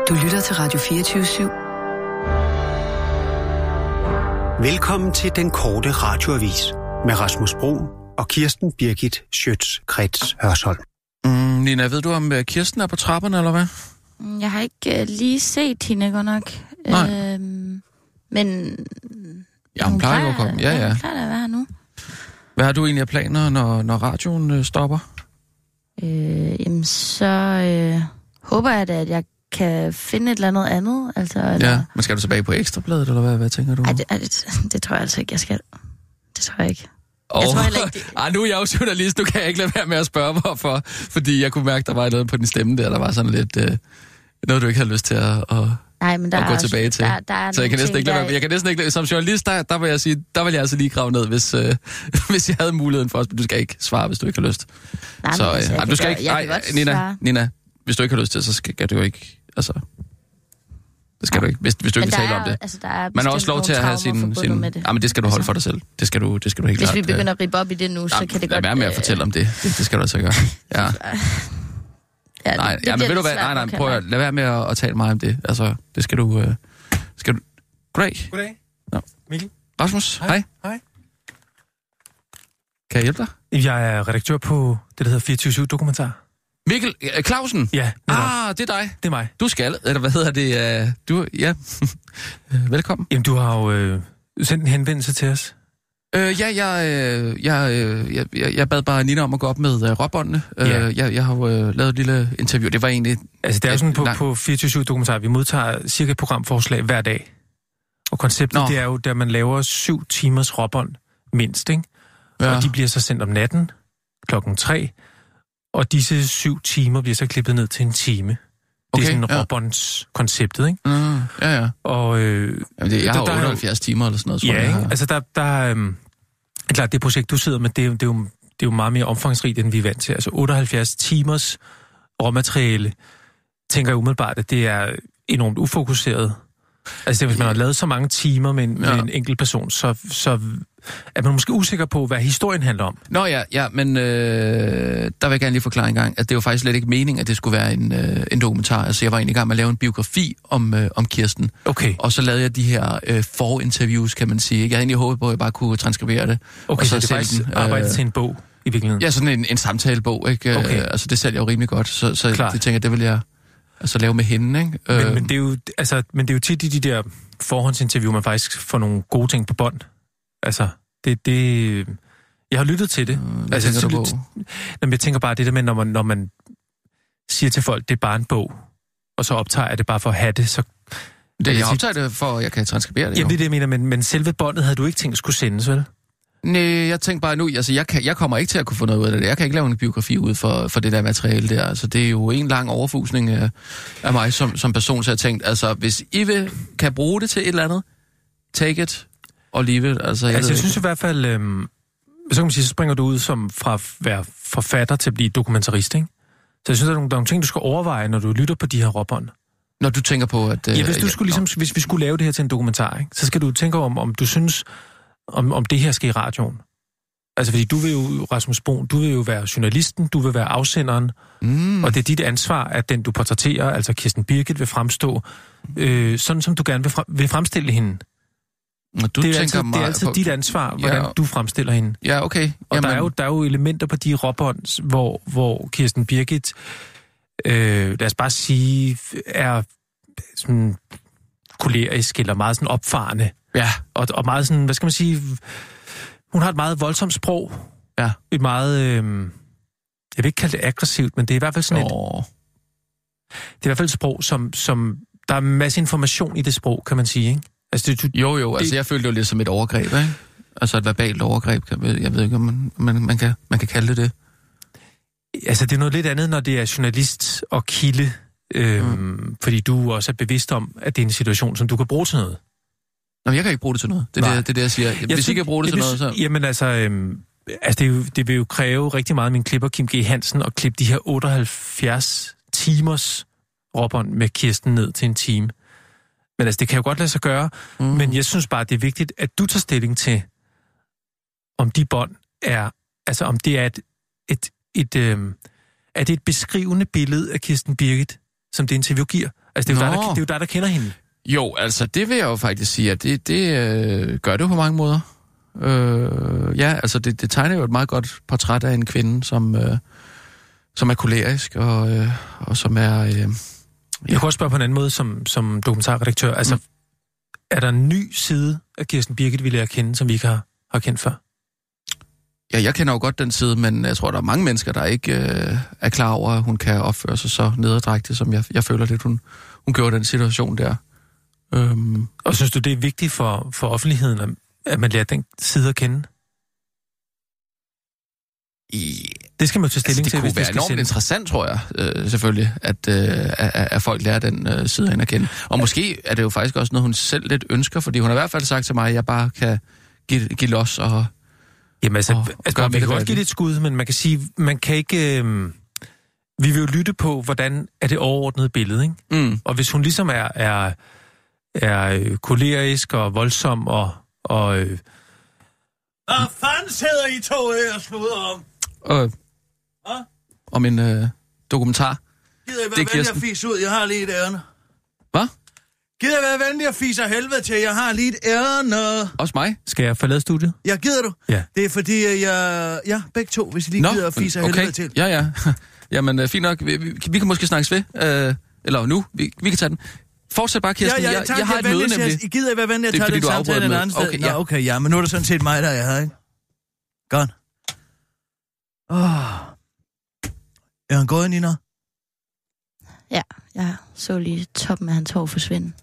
Du lytter til Radio 24/7. Velkommen til den korte radioavis med Rasmus Broen og Kirsten Birgit Schøtz-Krets Hørsholm. Nina, ved du om Kirsten er på trapperne, eller hvad? Jeg har ikke lige set hende godt nok. Nej. Men... Ja, hun plejer jo at komme. Ja. Hun plejer at være her nu. Hvad har du egentlig af planer, når radioen stopper? Jamen, så håber jeg da, at jeg kan finde et eller andet. Altså, eller... Ja, men skal du tilbage på Ekstrabladet, eller hvad tænker du? Ej, det tror jeg altså ikke, jeg skal. Det tror jeg ikke. Nu er jeg jo journalist, du kan jeg ikke lade være med at spørge hvorfor. Fordi jeg kunne mærke, der var noget på din stemme der var sådan lidt noget, du ikke havde lyst til at gå tilbage til. Så jeg kan næsten ikke lade være. Som journalist, der vil jeg sige, der vil jeg altså lige grave ned, hvis jeg havde muligheden for os. Men du skal ikke svare, hvis du ikke har lyst. Nej, du skal ikke. Nina, hvis du ikke har lyst til, så skal du jo ikke. Altså, det skal du ikke, hvis du ikke vil tale om det. Altså, man har også lov til at have sin ja, men det skal du holde for dig selv. Det skal du helt klart. Hvis vi begynder at rippe op i det nu, så kan det godt... Lad være med at fortælle om det. Det skal du altså gøre. Ja. Men ved du hvad? Nej, prøv at lade være med at tale meget om det. Altså, det skal du... Goddag. Nå. Mikkel. Rasmus, hej. Hej. Kan jeg hjælpe dig? Jeg er redaktør på det, der hedder 24/7 Dokumentar. Mikkel Clausen? Ja. Det er dig. Det er mig. Du skal, eller hvad hedder det? Ja. Velkommen. Jamen, du har jo sendt en henvendelse til os. Jeg bad bare Nina om at gå op med råbåndene. Jeg har jo lavet et lille interview. Det var egentlig... Altså, det er jo sådan på 24/7 Dokumentar. Vi modtager cirka et programforslag hver dag. Og konceptet, det er jo, der man laver 7 timers råbånd mindst, ikke? Ja. Og de bliver så sendt om natten 3:00. Og disse 7 timer bliver så klippet ned til en time. Det er sådan råbåndskonceptet, ikke? Ja. Og... jeg har 78 timer eller sådan noget, tror jeg. Ja, ikke? Altså, klart, det projekt, du sidder med, det er jo meget mere omfangsrigt, end vi er vant til. Altså 78 timers råmateriale, tænker jeg umiddelbart, at det er enormt ufokuseret. Altså hvis man har lavet så mange timer med en enkelt person, så er man måske usikker på, hvad historien handler om. Nå ja, men der vil jeg gerne lige forklare en gang, at det var faktisk slet ikke meningen, at det skulle være en dokumentar. Altså jeg var egentlig i gang med at lave en biografi om Kirsten. Okay. Og så lavede jeg de her forinterviews, kan man sige. Jeg havde egentlig håbet på, at jeg bare kunne transkribere det. Okay, så det er faktisk arbejdet til en bog i virkeligheden? Ja, sådan en samtalebog, ikke? Okay. Altså det sælger jo rimelig godt, så det tænker jeg, det vil jeg... Altså lave med hende, ikke? Men det er jo tit i de der forhåndsinterview, man faktisk får nogle gode ting på bånd. Altså, det jeg har lyttet til det. Jeg tænker bare det der med, når man siger til folk, det er bare en bog, og så optager jeg det bare for at have det, så... Jeg optager det for, at jeg kan transkribere det. Jamen, det er det, jeg mener, men selve båndet havde du ikke tænkt at skulle sendes, vel? Nej, jeg tænkte bare nu, altså jeg kommer ikke til at kunne få noget ud af det. Jeg kan ikke lave en biografi ud for det der materiale der. Altså det er jo en lang overfusning af mig som person, så jeg tænkte, altså hvis I kan bruge det til et eller andet, take it og leave it. Altså jeg synes i hvert fald, så kan man sige, så springer du ud som fra at være forfatter til at blive dokumentarist, ikke? Så jeg synes, der er nogle ting, du skal overveje, når du lytter på de her råbånd. Når du tænker på, at... hvis vi skulle lave det her til en dokumentar, ikke? Så skal du tænke om du synes... Om det her skal i radioen. Altså, fordi du vil jo, Rasmus Broen, du vil jo være journalisten, du vil være afsenderen, og det er dit ansvar, at den, du portrætterer, altså Kirsten Birgit, vil fremstå, sådan som du gerne vil fremstille hende. Det er altid dit ansvar, hvordan du fremstiller hende. Ja, okay. Og der er jo elementer på de råbånd, hvor Kirsten Birgit, lad os bare sige, er sådan kolerisk, eller meget sådan opfarende. Ja. Og meget sådan, hvad skal man sige, hun har et meget voldsomt sprog. Ja. Et meget, jeg vil ikke kalde det aggressivt, men det er i hvert fald sådan det er i hvert fald et sprog, som der er en masse information i det sprog, kan man sige, ikke? Altså, altså jeg følte jo lidt som et overgreb, ikke? Altså et verbalt overgreb, jeg ved ikke, om man kan kalde det. Altså det er noget lidt andet, når det er journalist og kilde, fordi du også er bevidst om, at det er en situation, som du kan bruge til noget. Nå, jeg kan ikke bruge det til noget. Det er det, jeg siger. Hvis I kan bruge det til noget, så... Jamen altså, det vil jo kræve rigtig meget af min klipper, Kim G. Hansen, at klippe de her 78 timers råbånd med Kirsten ned til en time. Men altså, det kan jo godt lade sig gøre, men jeg synes bare, det er vigtigt, at du tager stilling til, om de bånd er, altså om det er et beskrivende billede af Kirsten Birgit, som det interview giver. Altså, det er jo dig, der kender hende. Jo, altså, det vil jeg jo faktisk sige, at det gør det på mange måder. Ja, altså, det tegner jo et meget godt portræt af en kvinde, som er kolerisk, og som er... Jeg kan også spørge på en anden måde, som dokumentarredaktør. Altså, er der en ny side af Kirsten Birgit, vi lærer at kende, som vi ikke har kendt før? Ja, jeg kender jo godt den side, men jeg tror, der er mange mennesker, der ikke er klar over, at hun kan opføre sig så nederdrægtigt, som jeg føler lidt, hun gjorde den situation der. Og synes du, det er vigtigt for offentligheden, at man lærer den side at kende? Det skal man jo tage stilling til, hvis det kunne være enormt interessant, tror jeg, selvfølgelig, at folk lærer den side at kende. Og måske er det jo faktisk også noget, hun selv lidt ønsker, fordi hun har i hvert fald sagt til mig, at jeg bare kan give los og... Jamen altså, man kan godt give lidt skud, men man kan sige, man kan ikke... vi vil jo lytte på, hvordan er det overordnede billede, ikke? Mm. Og hvis hun ligesom er kolerisk og voldsom og hvad fanden sidder I to og sluder om? Om en dokumentar. Gider I være venlig at fise ud? Jeg har lige et ærne. Hvad? Gider I være venlig at fise af helvede til? Jeg har lige et ærne. Også mig? Skal jeg forlade studiet? Ja, gider du? Ja. Det er fordi, ja, begge to, hvis I lige gider at fise af helvede til. Ja. Jamen, fint nok. Vi kan måske snakkes ved. Eller nu. Vi kan tage den. Fortsæt bare, Kirsten. Ja, jeg har et møde, nemlig. I gider I være venlig at tage den samtale en anden sted? Okay, ja. Okay, ja, men nu er det sådan set mig, der er her, ikke? Godt. Er han gået, Nina? Ja, jeg så lige toppen af hans hår forsvinde.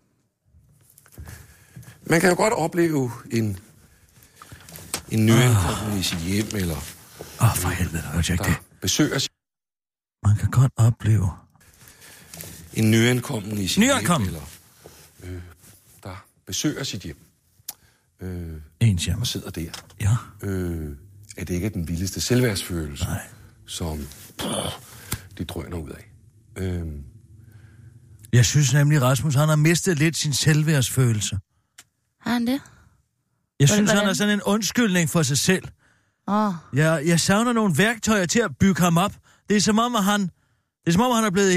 Man kan jo godt opleve en nyankommen i sit hjem, eller... for helvede, hørte jeg ikke det. Besøger sit... Man kan godt opleve... En nyankommen i sit hjem, eller... der besøger sit hjem. Ens hjem. Og sidder der. Ja. Er det ikke den vildeste selvværdsfølelse, nej, som de drøner ud af? Jeg synes nemlig, Rasmus, han har mistet lidt sin selvværdsfølelse. Har han det? Jeg synes, han er sådan en undskyldning for sig selv. Jeg savner nogle værktøjer til at bygge ham op. Det er som om, han er blevet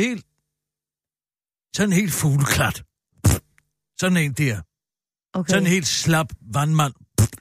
helt fugleklat. Sådan en der. Okay. Sådan en helt slap vandmand.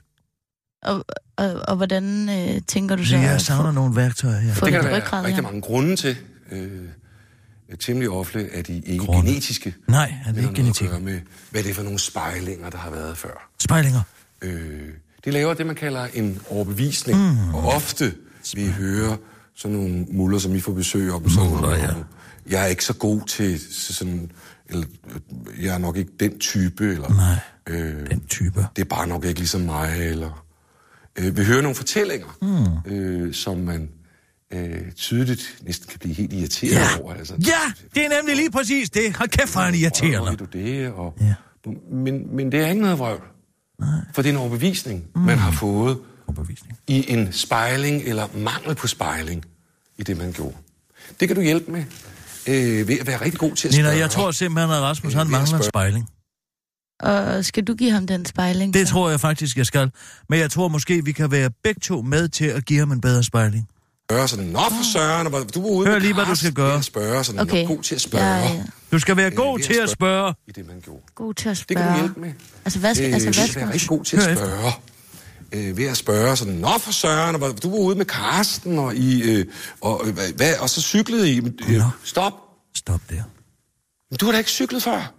Og hvordan tænker du så? Jeg savner nogle værktøjer her. Det kan der være rigtig mange grunde til. Temmelig ofte er de ikke genetiske. Nej, er det ikke genetik. Med, hvad det er for nogle spejlinger, der har været før. Spejlinger? De laver det, man kalder en overbevisning. Og ofte vi hører sådan nogle muller, som I får besøg om. Jeg er ikke så god til sådan... Eller, jeg er nok ikke den type, eller... Nej, den type. Det er bare nok ikke ligesom mig, eller... vi hører nogle fortællinger, som man tydeligt næsten kan blive helt irriteret over. Altså, ja, det er nemlig lige præcis det. Hold kæft, for han irriterende. Du det, og... Men det er ikke noget vrøvl. Nej. For det er en overbevisning, man har fået i en spejling, eller mangel på spejling, i det, man gjorde. Det kan du hjælpe med. Ved at være rigtig god til at spørge. Nina, jeg tror simpelthen, at Rasmus han mangler en spejling. Og skal du give ham den spejling? Det tror jeg faktisk, jeg skal. Men jeg tror måske, vi kan være begge to med til at give ham en bedre spejling. Spørge sådan, nå for søren, du er ude. Hør lige, hvad du skal gøre. Spørge sådan, okay. God til at spørge. Ja. Du skal være god til at spørge. I det, man gjorde. God til at spørge. Det kan du hjælpe med. Altså, hvad skal du være rigtig god til at spørge. Ved at spørge sådan, nå for søren, du var ude med Karsten, og så cyklede I. Stop der. Men du har da ikke cyklet før?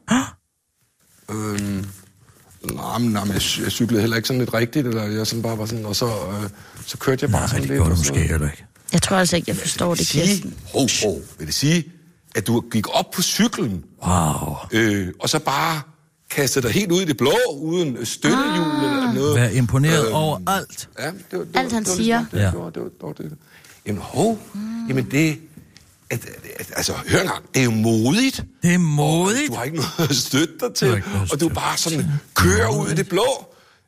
Nej, jeg cyklede heller ikke sådan lidt rigtigt, eller jeg sådan bare var sådan, og så kørte jeg bare sådan lidt. Nej, det gjorde du måske heller ikke. Jeg tror altså ikke, jeg forstår det, Kirsten. Vil det sige, at du gik op på cyklen, og så bare kastede dig helt ud i det blå, uden støttehjul eller noget. Vær imponeret over alt. Ja, alt han siger. Det var det. Jamen det... Altså, hør engang, det er jo modigt. Det er modigt. Du har ikke noget at støtte dig til, og du bare sådan kører ud i det blå.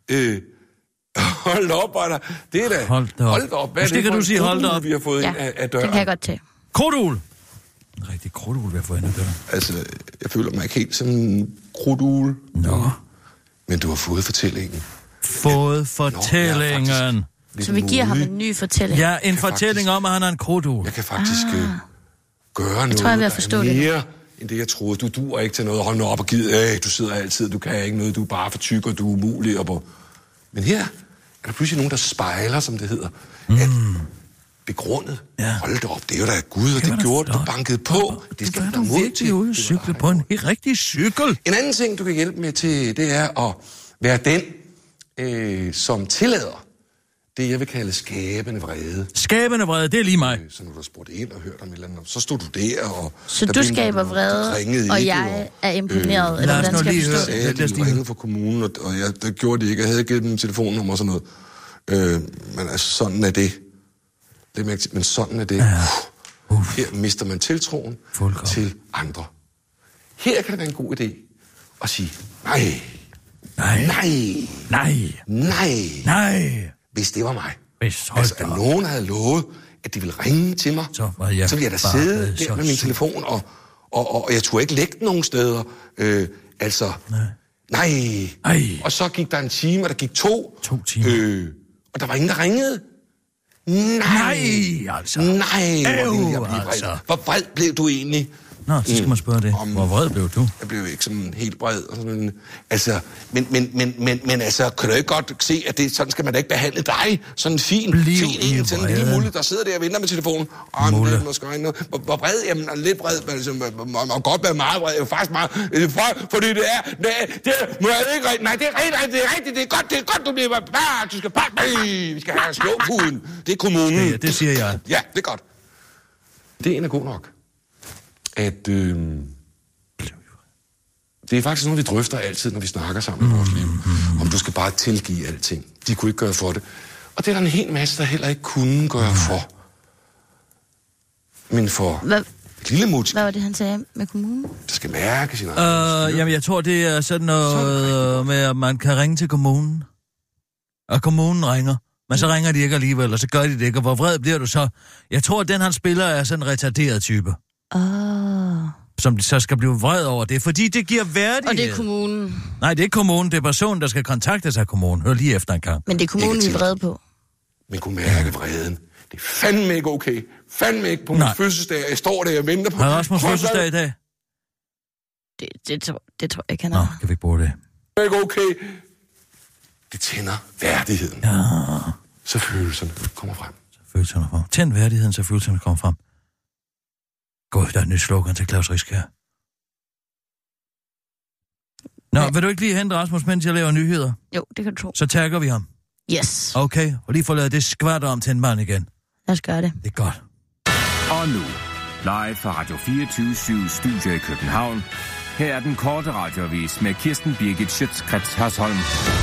Hold op, Bøjler. Det er da... Hold op. Hvad det kan du sige, hold op. Vi har fået ind af døren. Det kan jeg godt tage. Krudtul. En rigtig krudtul, vi har fået ind af døren. Altså, jeg føler mig ikke helt som en krudtul. Nå. Men du har fået fortællingen. Fået fortællingen. Så vi giver ham en ny fortælling. Ja, en fortælling om, at han er en krudtul. Jeg kan faktisk gøre noget, jeg tror, jeg vil forstå mere end det, jeg troede. Du duer ikke til noget. Hold nu op og giv. Du sidder altid, du kan ikke noget. Du er bare for tyk, og du er umulig. Men her er der pludselig nogen, der spejler, som det hedder. At begrundet. Ja. Hold da op, det er jo da Gud, og det gjorde du bankede på. Det skal du da virkelig ude at cykle på en helt rigtig cykel. En anden ting, du kan hjælpe med til, det er at være den, som tillader det, jeg vil kalde skabende vrede. Skabende vrede, det er lige mig. Så når du har spurgt ind og hørt om et eller andet, så stod du der, og... Så du skaber vrede, og jeg er imponeret, eller hvordan skal jeg forstå det? Jeg ringede fra kommunen, og det gjorde de ikke. Jeg havde givet dem en telefonnummer og sådan noget. Men altså, sådan er det. Men sådan er det. Ja. Her mister man tiltroen til andre. Her kan det være en god idé at sige, nej. Hvis det var mig. Altså, at nogen havde lovet, at de ville ringe til mig, så ville jeg da sidde der med min telefon, og jeg turde ikke lægge den nogen steder. Nej. Og så gik der en time, og der gik 2 timer. Og der var ingen, der ringede. Nej, hvor vred blev du egentlig? Nå, så skal man spørge det. Hvor vred blev du? Jeg blev ikke sådan helt vred. Altså, men altså, kan du ikke godt se, at det, sådan skal man da ikke behandle dig? Sådan en fin en, sådan en lille mulle, der sidder der og venter med telefonen. Mulle. Hvor vred? Jamen, lidt vred, men altså, og godt være meget vred. Det er jo faktisk meget, fordi det er, det må jeg ikke rigtigt. Nej, det er rigtigt, det er godt, du bliver bare, du skal pakke mig. Vi skal have slåpuden. Det er kommunen. Ja, det siger jeg. Ja, det er godt. Det er god nok. At det er faktisk noget, vi drøfter altid, når vi snakker sammen i vores liv. Om du skal bare tilgive alting. De kunne ikke gøre for det. Og det er der en hel masse, der heller ikke kunne gøre for. Men for et lille musik. Hvad var det, han sagde med kommunen? Det skal mærke sin jamen, jeg tror, det er sådan noget med, at man kan ringe til kommunen. Og kommunen ringer. Men så ringer de ikke alligevel, og så gør de det ikke. Og hvor vred bliver du så? Jeg tror, at den, han spiller, er sådan en retarderet type. Som de så skal blive vred over det, fordi det giver værdighed. Og det er kommunen. Nej, det er ikke kommunen, det er personen, der skal kontakte sig af kommunen. Hør lige efter en gang. Men det er kommunen, vi er vrede på. Men kunne mærke vreden. Det er fandme ikke okay. Fandme ikke på min fødselsdag. Jeg står der og venter på... Har Rasmus fødselsdag i dag? Det tror jeg ikke, han har. Nå, kan vi ikke bruge det? Det er ikke okay. Det tænder værdigheden. Ja. Så følelserne kommer frem. Tænd værdigheden, så følelserne kommer frem. Gud, der er et nyt slogan til Claus Riskær. Nå, vil du ikke lige hente Rasmus, mens jeg laver nyheder? Jo, det kan du tro. Så tagger vi ham. Yes. Okay, og lige få lavet det skvat om til en mand igen. Lad os gøre det. Det er godt. Og nu, live fra Radio 24/7 Studio i København. Her er den korte radioavis med Kirsten Birgit Schøtz-Krets Hørsholm.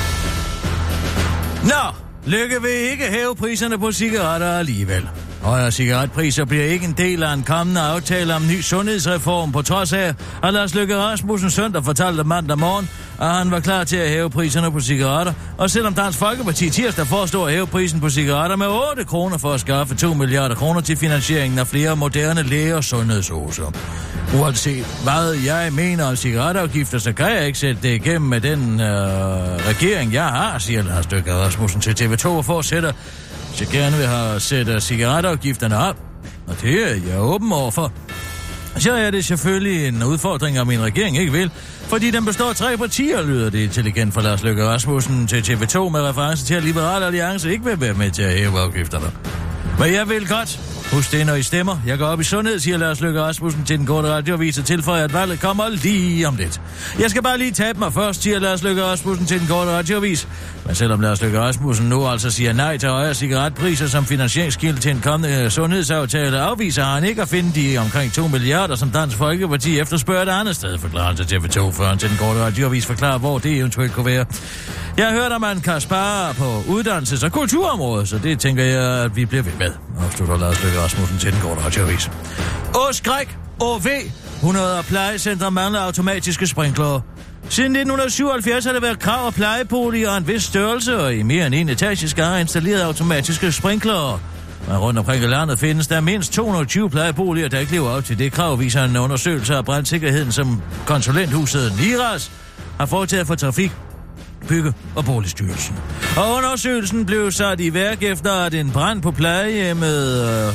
Nå, Lykke vil ikke hæve priserne på cigaretter alligevel. Højere cigaretpriser bliver ikke en del af en kommende aftale om ny sundhedsreform, på trods af, at Lars Løkke Rasmussen søndag fortalte mandag morgen, at han var klar til at hæve priserne på cigaretter. Og selvom Dansk Folkeparti tirsdag forestod at hæve prisen på cigaretter med 8 kroner for at skaffe 2 milliarder kroner til finansieringen af flere moderne læge- og sundhedshuse. Uanset hvad jeg mener om cigaretafgifter, så kan jeg ikke sætte det igennem med den regering, jeg har, siger Lars Løkke Rasmussen til TV2 og fortsætter. Jeg gerne vil have sætte cigaretafgifterne op, og det er jeg åben overfor. Så er det selvfølgelig en udfordring, at min regering ikke vil, fordi den består af 3 partier, lyder det intelligent fra Lars Løkke Rasmussen til TV2 med reference til, at Liberal Alliance ikke vil være med til at hæve afgifterne. Men jeg vil godt. Husk det, når I stemmer. Jeg går op i sundhed, siger Lars Løkke Rasmussen til den korte radioavis og tilføjer, at valget kommer lige om lidt. Jeg skal bare lige tabe mig først, siger Lars Løkke Rasmussen til den korte radioavis. Men selvom Lars Løkke Rasmussen nu altså siger nej til højere cigaretpriser som finansieringskilde til en kommende sundhedsaftale, afviser han ikke at finde de omkring 2 milliarder, som Dansk Folkeparti efterspørger et andet sted, forklarer til TV2, før han til den korte radioavis forklarer, hvor det eventuelt kunne være. Jeg har hørt, at man kan spare på uddannelses- og kulturområdet, så det tænker jeg, at vi bliver ved med. Afslutter Lars Løkke Rasmussen til den korte radioavis. Skræk! OV! 100 plejecentre mangler automatiske sprinklere. Siden 1977 har det været krav af plejeboliger af en vis størrelse, og i mere end en etage skal have installeret automatiske sprinklere. Men rundt omkring i landet findes der mindst 220 plejeboliger, der ikke lever op til det krav, viser en undersøgelse af brandsikkerheden, som konsulenthuset Niras har foretaget for Trafik, Bygge- og Boligstyrelsen. Og undersøgelsen blev sat i værk efter, at en brand på plejehjemmet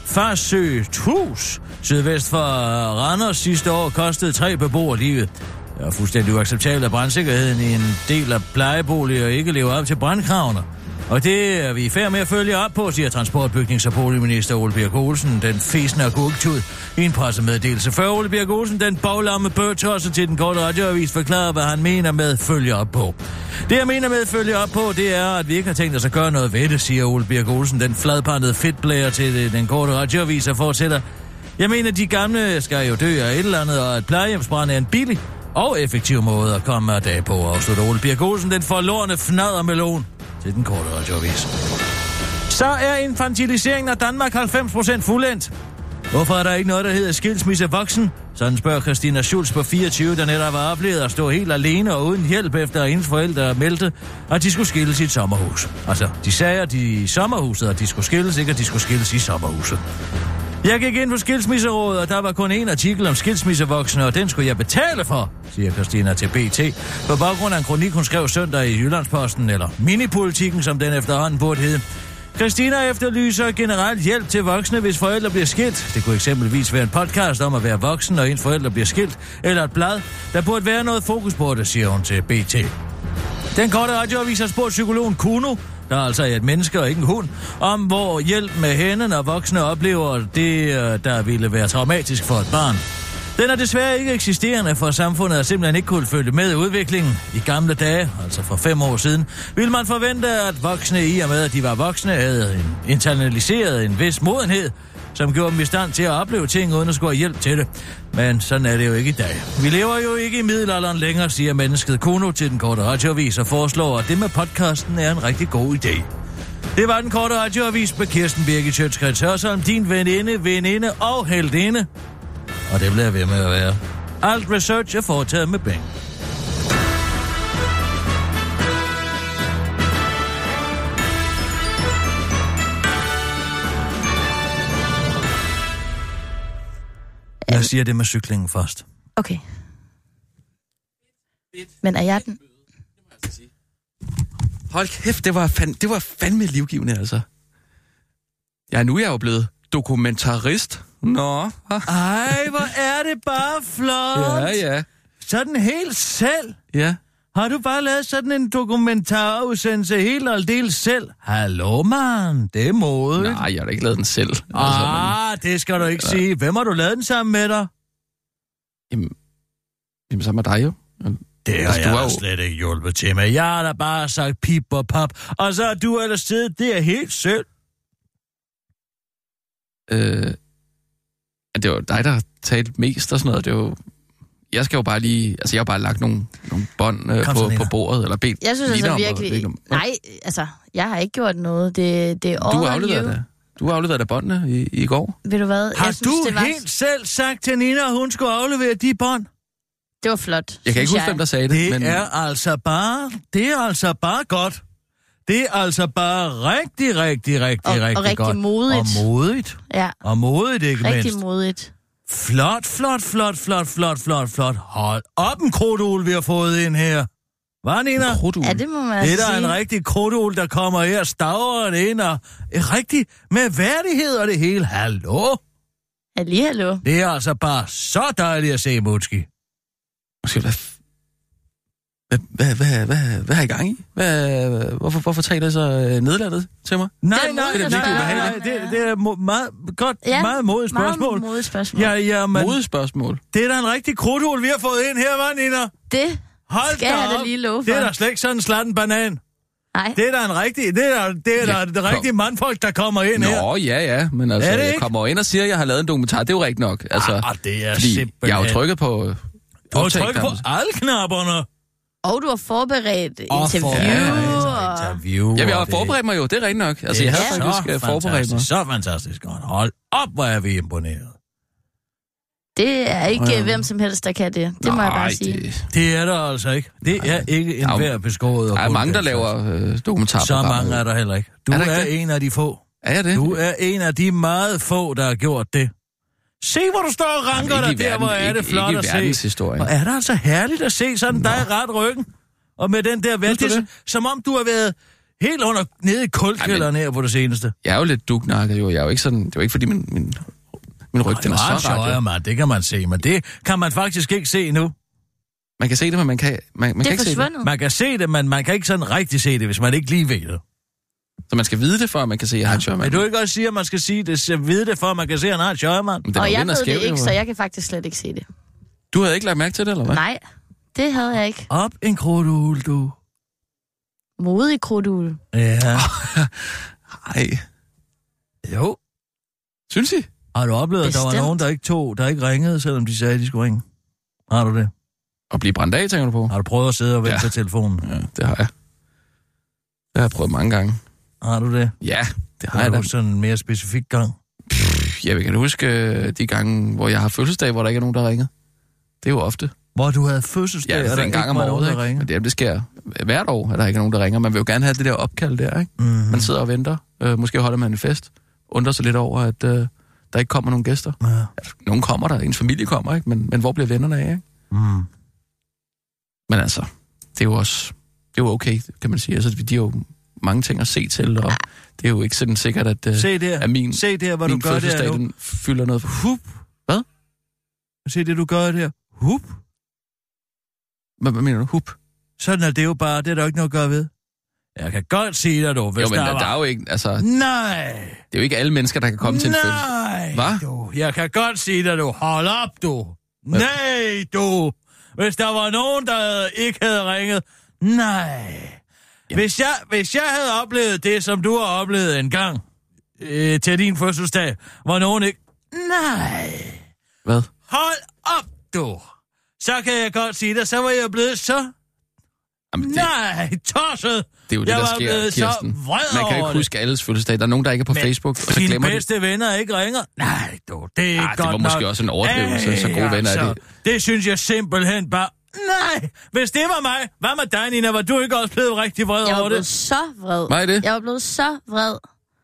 Farsø Hus sydvest for Randers sidste år kostede 3 beboere livet. Det er fuldstændig uacceptabelt, at brandsikkerheden i en del af plejeboliger ikke lever op til brandkravene. Og det er vi i færd med at følge op på, siger transportbygnings- og boligminister Ole Birk Olesen, den fæsende agurktud, i en pressemeddelelse. Før Ole Birk Olesen, den baglamme bøgetosser til den korte radioavis, forklarer, hvad han mener med følge op på. Det, jeg mener med følge op på, det er, at vi ikke har tænkt os at gøre noget ved det, siger Ole Birk Olesen, den fladpandede fedtblære til den korte radioavis, og fortsætter. Jeg mener, de gamle skal jo dø af et eller andet, og at plejehjemsbrand er en billig og effektiv måde at komme af dag på, afslutter Ole Birk Olesen, den forlorne fnadermelon til den korte radioavis. Så er infantiliseringen af Danmark 90% fuldendt. Hvorfor er der ikke noget, der hedder skilsmisse voksen? Sådan spørger Christina Schulz på 24, der netop var oplevet at stå helt alene og uden hjælp, efter at hendes forældre meldte, at de skulle skilles i et sommerhus. Altså, de sagde, at de i sommerhuset, at de skulle skilles, ikke at de skulle skilles i sommerhuset. Jeg gik ind på Skilsmisserådet, og der var kun en artikel om skilsmissevoksne, og den skulle jeg betale for, siger Christina til BT. På baggrund af en kronik, hun skrev søndag i Jyllandsposten, eller Minipolitikken, som den efterhånden burde hedde. Christina efterlyser generelt hjælp til voksne, hvis forældre bliver skilt. Det kunne eksempelvis være en podcast om at være voksen, når ens forældre bliver skilt, eller et blad. Der burde være noget fokus på det, siger hun til BT. Den korte radioavis har spurgt psykologen Kuno, der altså er et menneske og ikke en hund, om hvor hjælp med hende, når voksne oplever det, der ville være traumatisk for et barn. Den er desværre ikke eksisterende, for samfundet har simpelthen ikke kunnet følge med i udviklingen. I gamle dage, altså for 5 år siden, ville man forvente, at voksne i og med, at de var voksne, havde internaliseret en vis modenhed, som gjorde dem i stand til at opleve ting, uden at skulle have hjælp til det. Men sådan er det jo ikke i dag. Vi lever jo ikke i middelalderen længere, siger mennesket Kuno til den korte radioavis, og foreslår, at det med podcasten er en rigtig god idé. Det var den korte radioavis med Kirsten Birgit Schøtz-Krets Hørsholm, din veninde og heldinde. Og det bliver ved med at være. Alt research er foretaget med penge. Jeg siger det med cyklingen først. Okay. Men er jeg den? Hold kæft, det var fandme livgivende, altså. Ja, nu er jeg jo blevet dokumentarist. Nå. Ej, hvor er det bare flot. Ja. Sådan helt selv. Ja. Har du bare lavet sådan en dokumentarudsendelse helt og aldeles selv? Hallo, man. Det er modigt. Nej, jeg har da ikke lavet den selv. Det skal du ikke sige. Hvem har du lavet den sammen med dig? Jamen sammen med dig jo. Det har jeg slet ikke hjulpet til med. Jeg har da bare sagt pip og pap. Og så har du ellers siddet der helt selv. Det var dig, der har talt mest og sådan noget. Det er jo... Jeg skal jo bare lige... Altså, jeg har bare lagt nogle bånd på bordet, eller bedt. Jeg synes altså virkelig... Nej, altså, jeg har ikke gjort noget. Det er Du har afleveret dig båndene i går. Ved du hvad? Har du helt selv sagt til Nina, at hun skulle aflevere de bånd? Det var flot. Jeg kan ikke huske, hvem der sagde det. Det er altså bare godt. Det er altså bare rigtig og rigtig godt. Modigt. Og modigt. Ja. Og modigt, ikke mindst. Rigtig modigt. Flot. Hold op en krudtul, vi har fået ind her. Hvad, Nina? Ja, det må man sige. Det er der en rigtig krudtul, der kommer her, stavrer ind og rigtig med værdighed og det hele. Hallo? Hallo. Det er altså bare så dejligt at se, Mutski. Hvad er I gang i? Hvorfor taler I så nedladet til mig? Nej, det er meget godt, meget modigt spørgsmål. Meget modigt spørgsmål. Ja, men modigt spørgsmål. Det er da en rigtig krudthul, vi har fået ind her, hva', Nina? Det skal jeg da lige love for. Det er da slet ikke sådan en slatten banan. Nej. Det er da en rigtig, det er det rigtige mandfolk, der kommer ind her. Nå, ja, men altså, jeg kommer ind og siger, at jeg har lavet en dokumentar. Det er jo rigtigt nok. Altså, det er fordi simpelthen... jeg har jo trykket på... Du har trykket på alle knapperne. Og du har forberedt interview. Jamen, jeg har forberedt mig jo, det er rigtigt nok. Altså, jeg har faktisk forberedt mig. Så fantastisk godt. Hold op, hvor er vi imponeret. Det er ikke hvem som helst, der kan det. Det må jeg bare sige. Det er der altså ikke. Det er ikke en hver beskåret. Der er mange, der laver dokumentarer. Så mange er der heller ikke. Du er en af de få. Er jeg det? Du er en af de meget få, der har gjort det. Se, hvor du står og ranker dig der, hvor er det flot at se. Og er det altså herligt at se sådan dig ret ryggen. Og med den der væltelse, som om du har været helt nede i kultkælderen her på det seneste. Jeg er jo lidt dugnakket, jo. Jeg er jo ikke sådan... Det er jo ikke, fordi min ryg, den er så ret. Mand, det kan man se, men det kan man faktisk ikke se nu. Man kan se det, men man kan ikke se det. Man kan se det, men man kan ikke sådan rigtig se det, hvis man ikke lige ved det. Så man skal vide det, for at man kan se, at jeg har en tjørmand? Men du ikke også sige, at man skal sige det, så vide det, for at man kan se, at han har en tjørmand? Og jeg ved det ikke, så jeg kan faktisk slet ikke se det. Du havde ikke lagt mærke til det, eller hvad? Nej, det havde jeg ikke. Op en krudul, du. Modig krudul. Ja. Nej. Jo. Synes I? Har du oplevet, at der var nogen, der ikke ringede, selvom de sagde, at de skulle ringe? Har du det? At blive brændt af, tænker du på? Har du prøvet at sidde og vente på telefonen? Ja, det har jeg. Det har jeg prøvet mange gange. Har du det? Ja, det har jeg da. Har du sådan en mere specifik gang? Jeg kan huske de gange, hvor jeg har fødselsdag, hvor der ikke er nogen, der ringer. Det er jo ofte. Hvor du havde fødselsdag, og der en gang om året, der ringer? Men det sker hvert år, at der ikke er nogen, der ringer. Man vil jo gerne have det der opkald der, ikke? Mm-hmm. Man sidder og venter. Måske holder man en fest. Undrer sig lidt over, at der ikke kommer nogen gæster. Ja. Altså, nogen kommer der, ens familie kommer, ikke? Men hvor bliver vennerne af, ikke? Mm. Men altså, det er jo også... Det er jo okay, kan man sige. Altså, de har jo mange ting at se til, og det er jo ikke sådan sikkert, at min fødselsdag, den fylder noget. Hup. Hvad? Se det, du gør der. Hup. Hvad mener du? Hup? Sådan er det jo bare. Det er der jo ikke noget at gøre ved. Jeg kan godt sige dig, du. Hvis jo, men der er jo ikke... Altså, nej. Det er jo ikke alle mennesker, der kan komme til en fødselsdag. Nej, du. Jeg kan godt sige dig, du. Hold op, du. Hvad? Nej, du. Hvis der var nogen, der ikke havde ringet... Nej. Hvis jeg havde oplevet det, som du har oplevet en gang til din fødselsdag, hvor nogen ikke... Nej. Hvad? Hold op, du. Så kan jeg godt sige det, så var jeg blevet så... Jamen, nej, tosset. Det er jo det, der sker, Kirsten. Man kan ikke huske alles fødselsdag. Der er nogen, der ikke er på Facebook, og så glemmer dine bedste venner ikke ringer? Nej, du, det er ikke godt nok. Det var måske også en overdrivelse, så gode venner er det. Det synes jeg simpelthen bare... Nej, hvis det var mig, hvad med dig, Nina? Var du ikke også blevet rigtig vred over det? Jeg var blevet så vred. Hvad er det? Jeg var blevet så vred.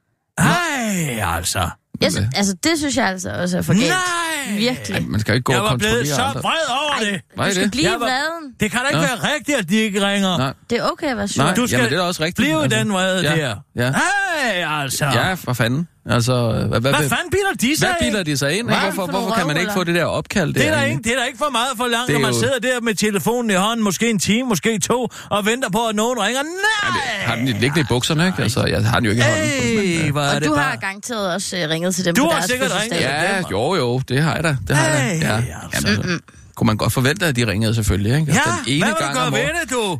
Ej, altså. Altså, det synes jeg altså også er forkert. Nej! Virkelig. Ej, man skal ikke gå og kontrollere andre. Jeg var blevet så vred over det. Hvad er det? Blive vreden. Det kan da ikke være rigtigt, at de ikke ringer. Nej. Det er okay at være sur. Nej, du skal jamen, det er også rigtigt. Blive den vrede der. Ja. Hey, altså. Ja, for fanden. Altså, hvad fanden bilder de sig ind? Hvad bilder de sig ind? Hvorfor kan man ikke få det der opkald der? Det er da ikke for meget for langt, når man sidder der med telefonen i hånden, måske en time, måske 2, og venter på, at nogen ringer. Nej! Ja, har den liggende i bukserne, ikke? Altså, jeg har den jo ikke i hånden. Og du har garanteret også ringet til dem på deres fødselsdag. Du har sikkert ringet. Ja, jo, det har jeg da. Det har jeg da. Ja. Altså. Kunne man godt forvente, at de ringede selvfølgelig, ikke? Altså, ja, den ene hvad vil du gøre ved det, du?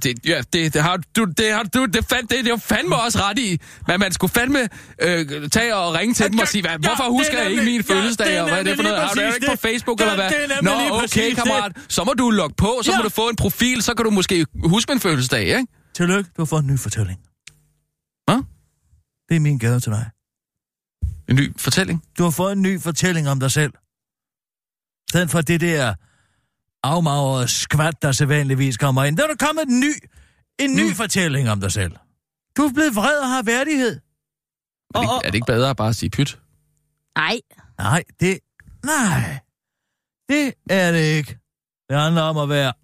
Det er jo fandme også ret i. Men man skulle fandme tage og ringe til dem og sige, hvorfor husker jeg ikke min fødselsdag, og hvad er det for noget? Har du ikke på Facebook, eller hvad? Nå, okay, kammerat. Så må du logge på, så må du få en profil, så kan du måske huske min fødselsdag, ikke? Tillykke, du har fået en ny fortælling. Hvad? Det er min gave til dig. En ny fortælling? Du har fået en ny fortælling om dig selv. I stedet for det der afmagrede skvat, der sædvanligvis kommer ind. Der er der kommet en ny fortælling om dig selv. Du er blevet vred og har værdighed. Er det ikke bedre at bare sige pyt? Nej. Nej, det er det ikke. Det handler om at være...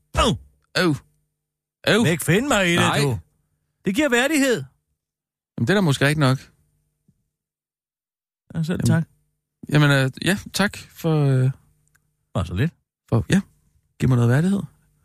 Ikke finde mig i det, du. Det giver værdighed. Jamen, det er da måske ikke nok. Ja, selv tak. Jamen, ja, tak for... Bare så lidt. Giv mig noget værdighed.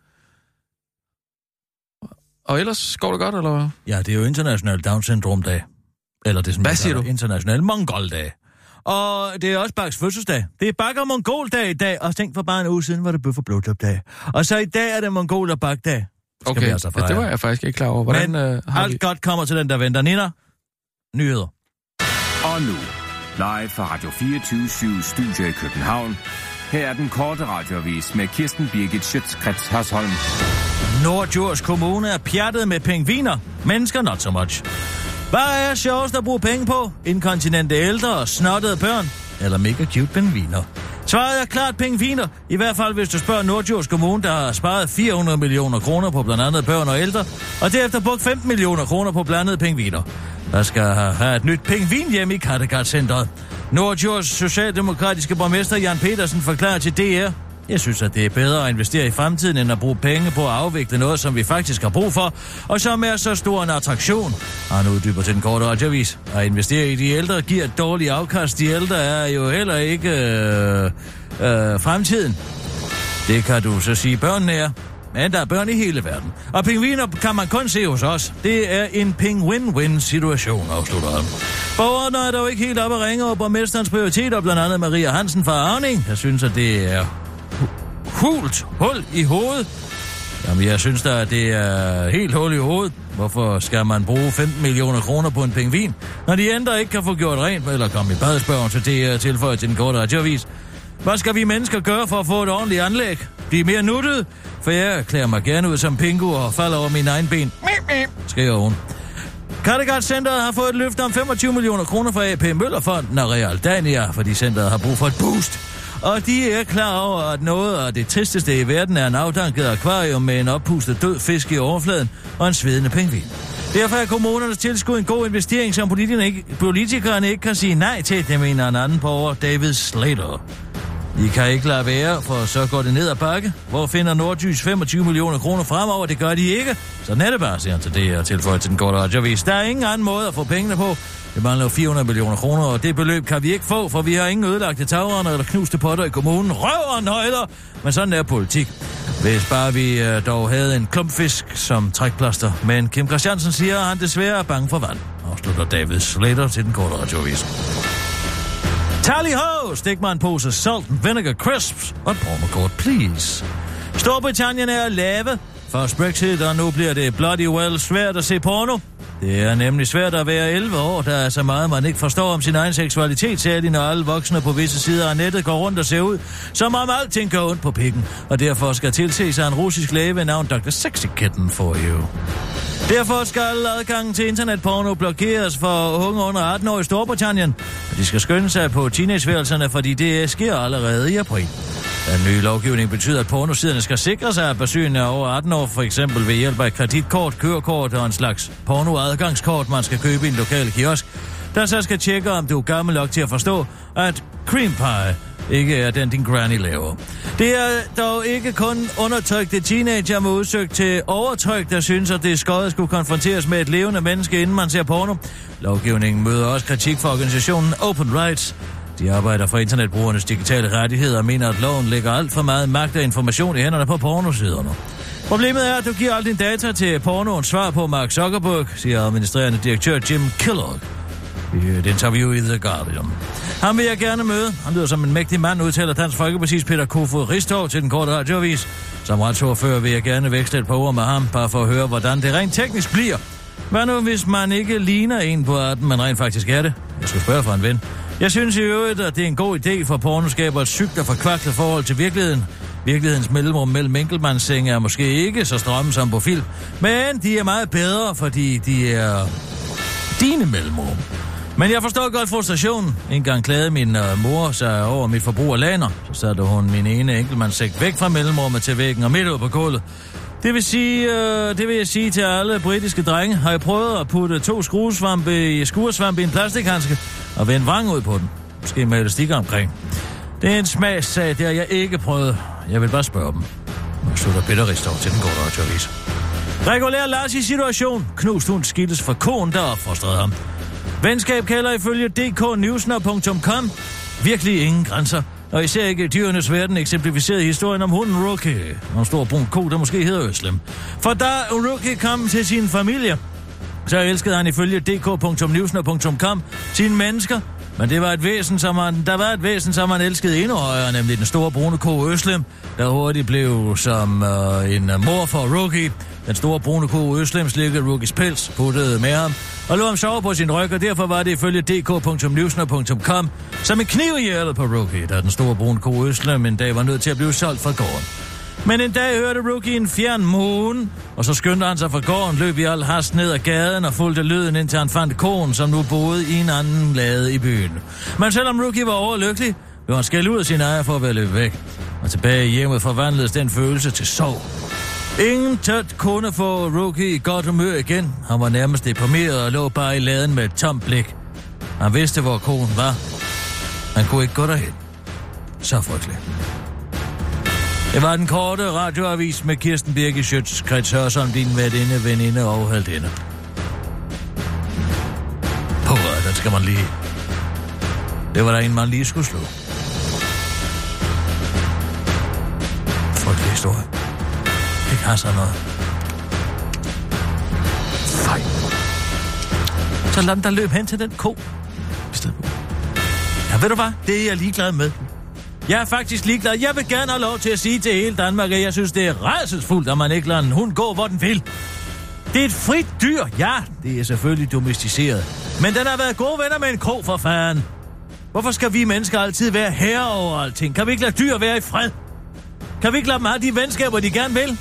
Og ellers går det godt, eller hvad? Ja, det er jo International Down Syndrome-dag. Eller det, som hvad siger du? International Mongol-dag. Og det er også Bakkes fødselsdag. Det er Bakke og Mongol-dag i dag, og tænk for bare en uge siden var det bøf og blowjob-dag. Og så i dag er det Mongol- og Bak-dag. Okay, altså det var jeg faktisk ikke klar over. Hvordan, men alt godt kommer til den, der venter. Nina, nyheder. Og nu, live fra Radio 24/7 Studio i København. Her er den korte radioavis med Kirsten Birgit Schøtz-Krets Hørsholm. Norddjurs Kommune er pjattet med pingviner. Mennesker not so much. Hvad er sjovest at bruge penge på? Inkontinente ældre og snottede børn? Eller mega cute pingviner? Svaret er klart pingviner. I hvert fald hvis du spørger Norddjurs Kommune, der har sparet 400 millioner kroner på blandt andet børn og ældre, og derefter brugt 15 millioner kroner på blandt andet pingviner. Der skal have et nyt pingvinhjem i Kattegat-centret. Norddjurs socialdemokratiske borgmester Jan Petersen forklarer til DR, Jeg synes, at det er bedre at investere i fremtiden, end at bruge penge på at afvikle noget, som vi faktisk har brug for, og som er så stor en attraktion. Han uddyber til den korte radioavis. At investere i de ældre giver et dårligt afkast. De ældre er jo heller ikke fremtiden. Det kan du så sige, børnene er. Men der er børn i hele verden. Og pingviner kan man kun se hos os. Det er en ping-win-win-situation, afslutter han. Borgerne er dog ikke helt oppe at ringe over borgmesterens prioriteter, blandt andet Maria Hansen fra Arning. Jeg synes, at det er hul i hovedet. Jamen, jeg synes da, at det er helt hul i hovedet. Hvorfor skal man bruge 15 millioner kroner på en pingvin, når de ændre ikke kan få gjort rent eller komme i badespørgen, så det er tilføjet til den korte radioavis. Hvad skal vi mennesker gøre for at få et ordentligt anlæg? Blive mere nuttet? For jeg erklærer mig gerne ud som pingu og falder over mine egne ben. Skriver hun. Kattegat-centeret har fået et løfte om 25 millioner kroner fra AP Møllerfonden og Realdania, fordi centeret har brug for et boost. Og de er klar over, at noget af det tristeste i verden er en afdanket akvarium med en oppustet død fisk i overfladen og en svedende pingvin. Derfor er kommunernes tilskud en god investering, som politikerne ikke kan sige nej til, det mener en anden borger, David Slater. I kan ikke lade være, for så går det ned ad bakke. Hvor finder Nordjys 25 millioner kroner fremover? Det gør de ikke. Så er det bare, siger han til det, og tilføjer til den korte radioavis. Der er ingen anden måde at få pengene på. Det mangler 400 millioner kroner, og det beløb kan vi ikke få, for vi har ingen ødelagte tagrender eller knuste potter i kommunen. Røv og nøgler! Men sådan er politik. Hvis bare vi dog havde en klumpfisk som trækplaster. Men Kim Christiansen siger, at han desværre er bange for vand. Afslutter David Slater til den korte radioavis. Tally ho! Stik mig en pose salt and vinegar crisps og et promokort, please. Storbritannien er lave. Først Brexit, og nu bliver det bloody well svært at se porno. Det er nemlig svært at være 11 år. Der er så meget, man ikke forstår om sin egen seksualitet, særligt når alle voksne på visse sider af nettet går rundt og ser ud, som om alting går ondt på pikken. Og derfor skal tilse sig en russisk læge ved navn Dr. Sexy Kitten for you. Derfor skal adgangen til internetporno blokeres for unge under 18 år i Storbritannien. Og de skal skynde sig på teenageværelserne, fordi det sker allerede i april. Den nye lovgivning betyder, at pornosiderne skal sikre sig, at personer er over 18 år, for eksempel ved hjælp af et kreditkort, kørekort og en slags pornoadgangskort, man skal købe i en lokal kiosk, der så skal tjekke, om du er gammel nok til at forstå, at cream pie ikke er den, din granny laver. Det er dog ikke kun undertrykte teenager med udsøgt til overtryk, der synes, at det er skøjet skulle konfronteres med et levende menneske, inden man ser porno. Lovgivningen møder også kritik fra organisationen Open Rights. De arbejder for internetbrugernes digitale rettigheder og mener, at loven lægger alt for meget magt og information i hænderne på pornosiderne. Problemet er, at du giver al din data til pornoens svar på Mark Zuckerberg, siger administrerende direktør Jim Kellogg i et interview i The Guardian. Ham vil jeg gerne møde. Han lyder som en mægtig mand, udtaler Dansk Folkepartis Peter Kofod Ristorff til den korte radioavis. Som retsordfører vil jeg gerne veksle et par ord med ham, bare for at høre, hvordan det rent teknisk bliver. Hvad nu, hvis man ikke ligner en på 18, men rent faktisk er det? Jeg skal spørge fra en ven. Jeg synes i øvrigt, at det er en god idé for pornoskaber et sygt og forkvaklet forhold til virkeligheden. Virkelighedens mellemrum mellem enkeltmandssenge er måske ikke så stramme som på film, men de er meget bedre, fordi de er dine mellemrum. Men jeg forstår godt frustrationen. En gang klagede min mor sig over mit forbrug af laner. Så satte hun min ene enkeltmandssæk væk fra mellemrummet til væggen og midt ud på gulvet. Det vil jeg sige til alle britiske drenge. Har jeg prøvet at putte 2 skuresvampe i en plastikhandske og vende vrang ud på den. Måske med elastikker omkring. Det er en smagssag, det har jeg ikke prøvet. Jeg vil bare spørge dem. Nu slutter Peter Ristorff til den korte radioavis. Regulær Lars i situation. Knust hund skiltes fra konen, der opfostrede ham. Venskab kalder ifølge dknewsner.com virkelig ingen grænser. Og især ikke dyrenes verden eksemplificeret historien om hunden Rookie. En stor brun ko, der måske hedder Øslem. For da Rookie kom til sin familie, så elskede han ifølge dk.newsner.com sine mennesker. Men der var et væsen, som han elskede endnu højere, nemlig den store brune ko Øslem, der hurtigt blev som en mor for Rookie. Den store brune ko Øslem slikkede Rookies pels, puttede med ham og lå ham sove på sin ryg, og derfor var det ifølge dk.newsner.com som en kniv i hjertet på Rookie, da den store brune ko Øslem en dag var nødt til at blive solgt fra gården. Men en dag hørte Rookie en fjern måne, og så skyndte han sig fra gården, løb i al hast ned ad gaden og fulgte lyden, indtil han fandt konen, som nu boede i en anden lade i byen. Men selvom Rookie var overlykkelig, blev han skældt ud af sin ejer for at være løbet væk. Og tilbage i hjemmet forvandledes den følelse til sorg. Ingen tødt kunne få Rookie i godt humør igen. Han var nærmest deprimeret og lå bare i laden med et tomt blik. Han vidste, hvor konen var. Han kunne ikke gå derhen. Så frygteligt. Det var den korte radioavis med Kirsten Birgit Schøtz-Krets Hørsholm, din værtinde, veninde og heldinde. På der skal man lige... Det var der en, man lige skulle slå. Frygtelig historie. Det kan så noget. Fej. Så lad den der løb hen til den ko. I stedet på. Ja, ved du hvad? Det er jeg ligeglad med. Jeg er faktisk ligeglad. Jeg vil gerne have lov til at sige til hele Danmark, at jeg synes, det er rædselsfuldt, at man ikke lader en hund gå, hvor den vil. Det er et frit dyr. Ja, det er selvfølgelig domesticeret. Men den har været gode venner med en ko, for fanden. Hvorfor skal vi mennesker altid være herre over alting? Kan vi ikke lade dyr være i fred? Kan vi ikke lade dem have de venskaber, de gerne vil?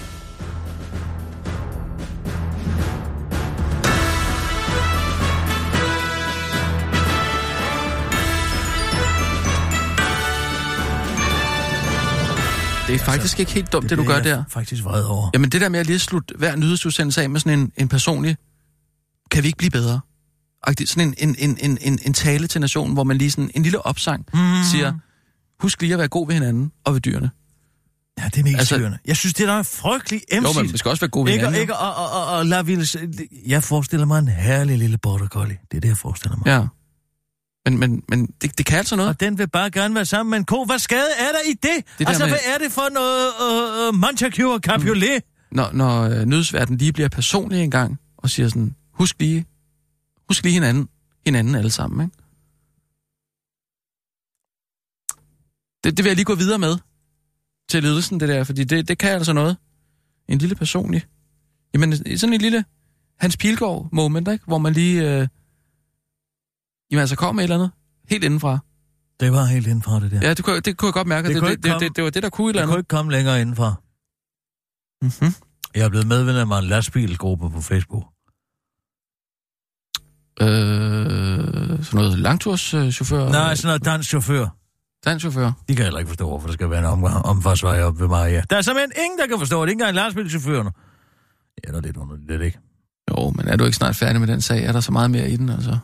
Det er faktisk ikke helt dumt, det du gør der. Faktisk vred over. Jamen det der med at lige slutte hver nyhedsudsendelse af med sådan en personlig, kan vi ikke blive bedre? Sådan en tale til nationen, hvor man lige sådan en lille opsang siger, husk lige at være god ved hinanden og ved dyrene. Ja, det er mega styrende. Jeg synes, det er da frygtelig emsigt. Jo, men vi skal også være gode ved hinanden. Ikke, og lad vildt... Jeg forestiller mig en herlig lille border collie. Det er det, jeg forestiller mig. Ja. Men det kan altså noget. Og den vil bare gerne være sammen med en ko. Hvad skade er der i det? Altså, hvad er det for noget Montague og Capulet? Når nyhedsverden lige bliver personlig en gang, og siger sådan, husk lige hinanden alle sammen, ikke? Det vil jeg lige gå videre med til ledelsen, det der, fordi det kan altså noget. En lille personlig. Jamen, sådan en lille Hans Pilgaard-moment, ikke? Hvor man lige... Jamen altså kom med et eller andet. Helt indenfra. Det var helt indenfra, det der. Ja, det kunne jeg godt mærke. Det var det, der kunne et eller andet. Det kunne ikke komme længere indenfra. Mm-hmm. Jeg er blevet medvendt af mig en lastbilgruppe på Facebook. Sådan noget langturschauffør? Nej, sådan noget danschauffør. Danschauffør? De kan heller ikke forstå, hvorfor der skal være en omfartsvej op ved mig, ja. Der er simpelthen ingen, der kan forstå det. Ikke engang lastbilchaufførerne. Ja, der er lidt underligt, ikke? Jo, men er du ikke snart færdig med den sag? Er der så meget mere i den, altså?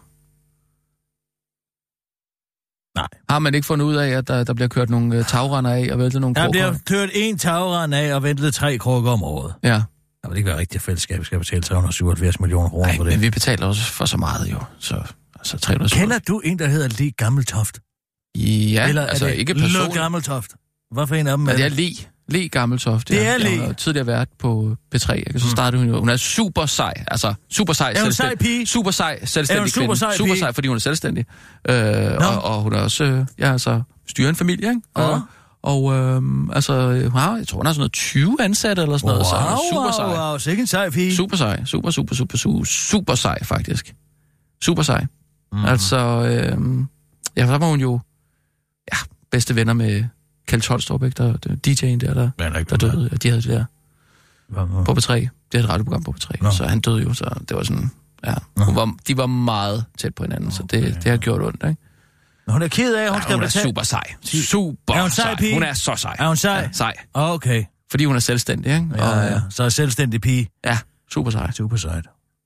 Nej. Har man ikke fundet ud af, at der bliver kørt nogle tagrender af og væltet nogle krukker? Der bliver kørt 1 tagrend af og ventet 3 krukker om året. Ja. Det vil ikke være rigtigt, fællesskab skal betale 377 millioner kroner for det. Men vi betaler også for så meget, jo. Så 300. Kender du en, der hedder Lee Gammeltoft? Ja, eller altså er det ikke person. Le Gammeltoft? Hvorfor en af dem? Ja, det er Lee Gammeltoft. Det er Lee. Jeg har tidligere været på P3. Så startede hun jo. Hun er super sej. Altså, super sej. Er hun sej pige? Super sej selvstændig kvinde. Super sej, fordi hun er selvstændig. Og hun er også, styrer en familie, ikke? Altså, jeg tror, hun har sådan noget 20 ansatte eller sådan noget. Så super sej. Wow, sikke en sej pige. Super sej. Super sej, faktisk. Super sej. Altså, der var hun jo, bedste venner med Kjeld Tolstrup, ikke? Der DJ'en der døde. De havde det der på P3. De havde et radioprogram på P3. Så han døde jo, så det var sådan, de var meget tæt på hinanden, så det har gjort ondt, ikke? Hun er ked af, hun skal betale. Hun er super sej. Er hun sej pige? Hun er så sej. Er hun sej? Ja, sej. Okay. Fordi hun er selvstændig, ikke? Ja. Så er selvstændig pige. Ja, super sej. Super sejt.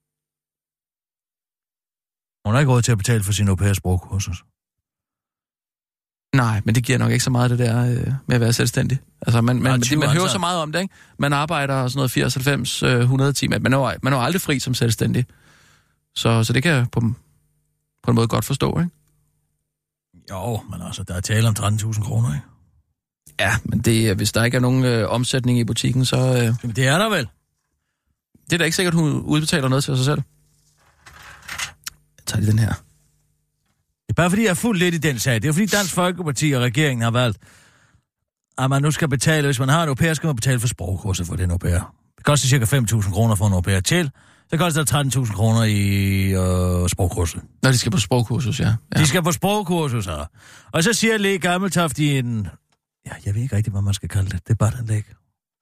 Hun har ikke råd til at betale for sin au pair sprogkursus. Nej, men det giver nok ikke så meget det der med at være selvstændig. Altså, man hører så meget om det, ikke? Man arbejder sådan noget 80, 90, 100 timer. Man er aldrig fri som selvstændig. Så det kan jeg på en måde godt forstå, ikke? Jo, men altså, der er tale om 13.000 kroner, ikke? Ja, men hvis der ikke er nogen omsætning i butikken, så... Jamen, det er der vel. Det er da ikke sikkert, hun udbetaler noget til sig selv. Jeg tager lige den her. Det er bare fordi, jeg er fuldt lidt i den sag. Det er fordi Dansk Folkeparti og regeringen har valgt, at man nu skal betale, hvis man har en au pair, skal man betale for sprogkurset for den au pair. Det koster cirka 5.000 kroner for en au pair til. Så koster det 13.000 kroner i sprogkurset. Nå, de skal på sprogkursus, ja. De skal på sprogkursus, ja. Og så siger Lee Gammeltoft i en... Ja, jeg ved ikke rigtig, hvad man skal kalde det. Det er bare den læg.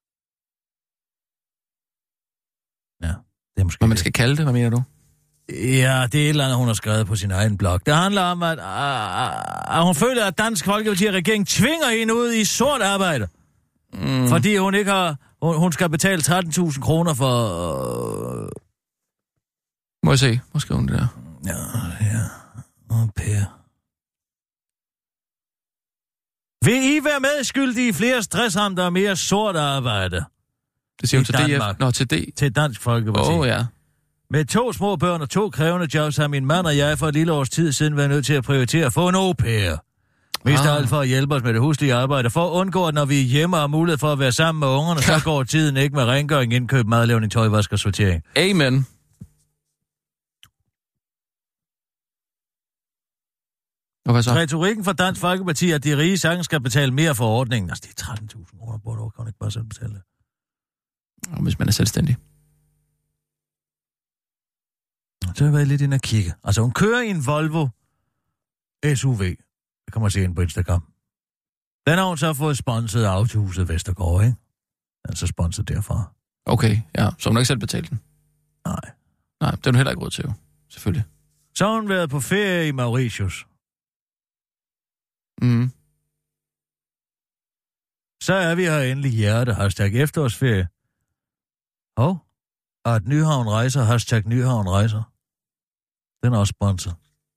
Ja, det er måske... Hvad man skal kalde det, hvad mener du? Ja, det er et eller andet, hun har skrevet på sin egen blog. Det handler om, at hun føler, at Dansk Folkeparti og regeringen tvinger hende ud i sort arbejde. Fordi hun ikke har... Hun skal betale 13.000 kroner for... Må jeg se? Hvor skriver hun det der? Ja. Au pair. Vil I være medskyldige i flere stressramte og mere sort arbejde? Det siger hun til DF. Nå, til D. Til Dansk Folkeparti. Ja. Med 2 små børn og 2 krævende jobs har min mand og jeg for et lille års tid siden været nødt til at prioritere at få en au pair. Mest af alt for at hjælpe os med det huslige arbejde, for at undgå, at når vi er hjemme og har mulighed for at være sammen med ungerne, så går tiden ikke med rengøring, indkøb, madlavning, tøjvask og sortering. Amen. Retorikken fra Dansk Folkeparti er, at de rige sagtens skal betale mere for ordningen. Altså, det er 13.000 kroner på et år, kan man ikke bare selv betale det? Og hvis man er selvstændig. Så har jeg været lidt inde og kigge. Altså, hun kører i en Volvo SUV. Det kan man se ind på Instagram. Den har hun så fået sponset af Autohuset Vestergaard, ikke? Altså sponset derfra. Okay, ja. Så hun har ikke selv betalt den? Nej. Nej, det er hun heller ikke råd til, jo. Selvfølgelig. Så har hun været på ferie i Mauritius. Mhm. Så er vi her endelig hjerte, #efterårsferie. Og at Nyhavn rejser, #Nyhavn rejser. Den er også sponset.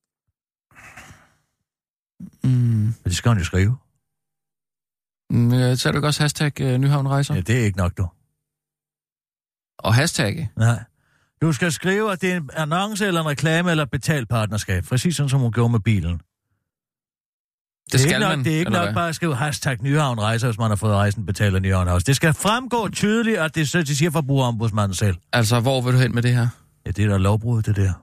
Men det skal hun jo skrive. Så er du ikke også #Nyhavn rejser? Ja, det er ikke nok, du. Og hashtagge? Nej. Du skal skrive, at det er en annonce eller en reklame eller et betalt partnerskab. Præcis sådan, som hun gjorde med bilen. Det er ikke nok bare at skrive #Nyhavn rejser, hvis man har fået rejsen betalt af Nyhavn House. Det skal fremgå tydeligt, at det så siger Forbrugerombudsmanden selv. Altså, hvor vil du hen med det her? Ja, det er da lovbrud, det der.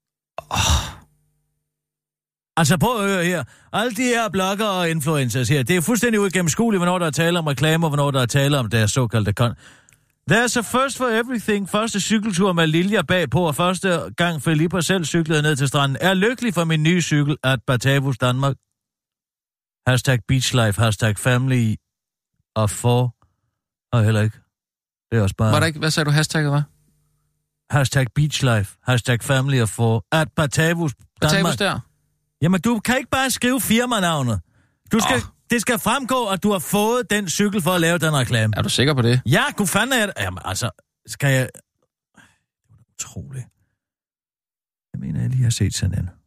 Altså, prøv at høre her. Alle de her blogger og influencers her, det er fuldstændig uigennemskueligt, hvornår der er tale om reklamer, hvornår der er tale om deres såkaldte There's a first for everything. Første cykeltur med Lilja bagpå, og første gang Filippa selv cyklede ned til stranden. Er lykkelig for min nye cykel at Batavus Danmark. #beachlife, #family og for. Og heller ikke. Det er også bare... Var der ikke, hvad sagde du hashtagget var? #beachlife, #family og for. At Batavus Danmark. Batavus der? Jamen, du kan ikke bare skrive firmanavnet. Det skal fremgå, at du har fået den cykel for at lave den reklame. Er du sikker på det? Ja, du fanden er det. Jamen, altså, skal jeg... Det er utroligt. Jeg mener, jeg lige har set sådan en.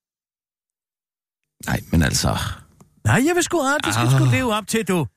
Nej, men altså... Nej, jeg vil sgu leve op til, du.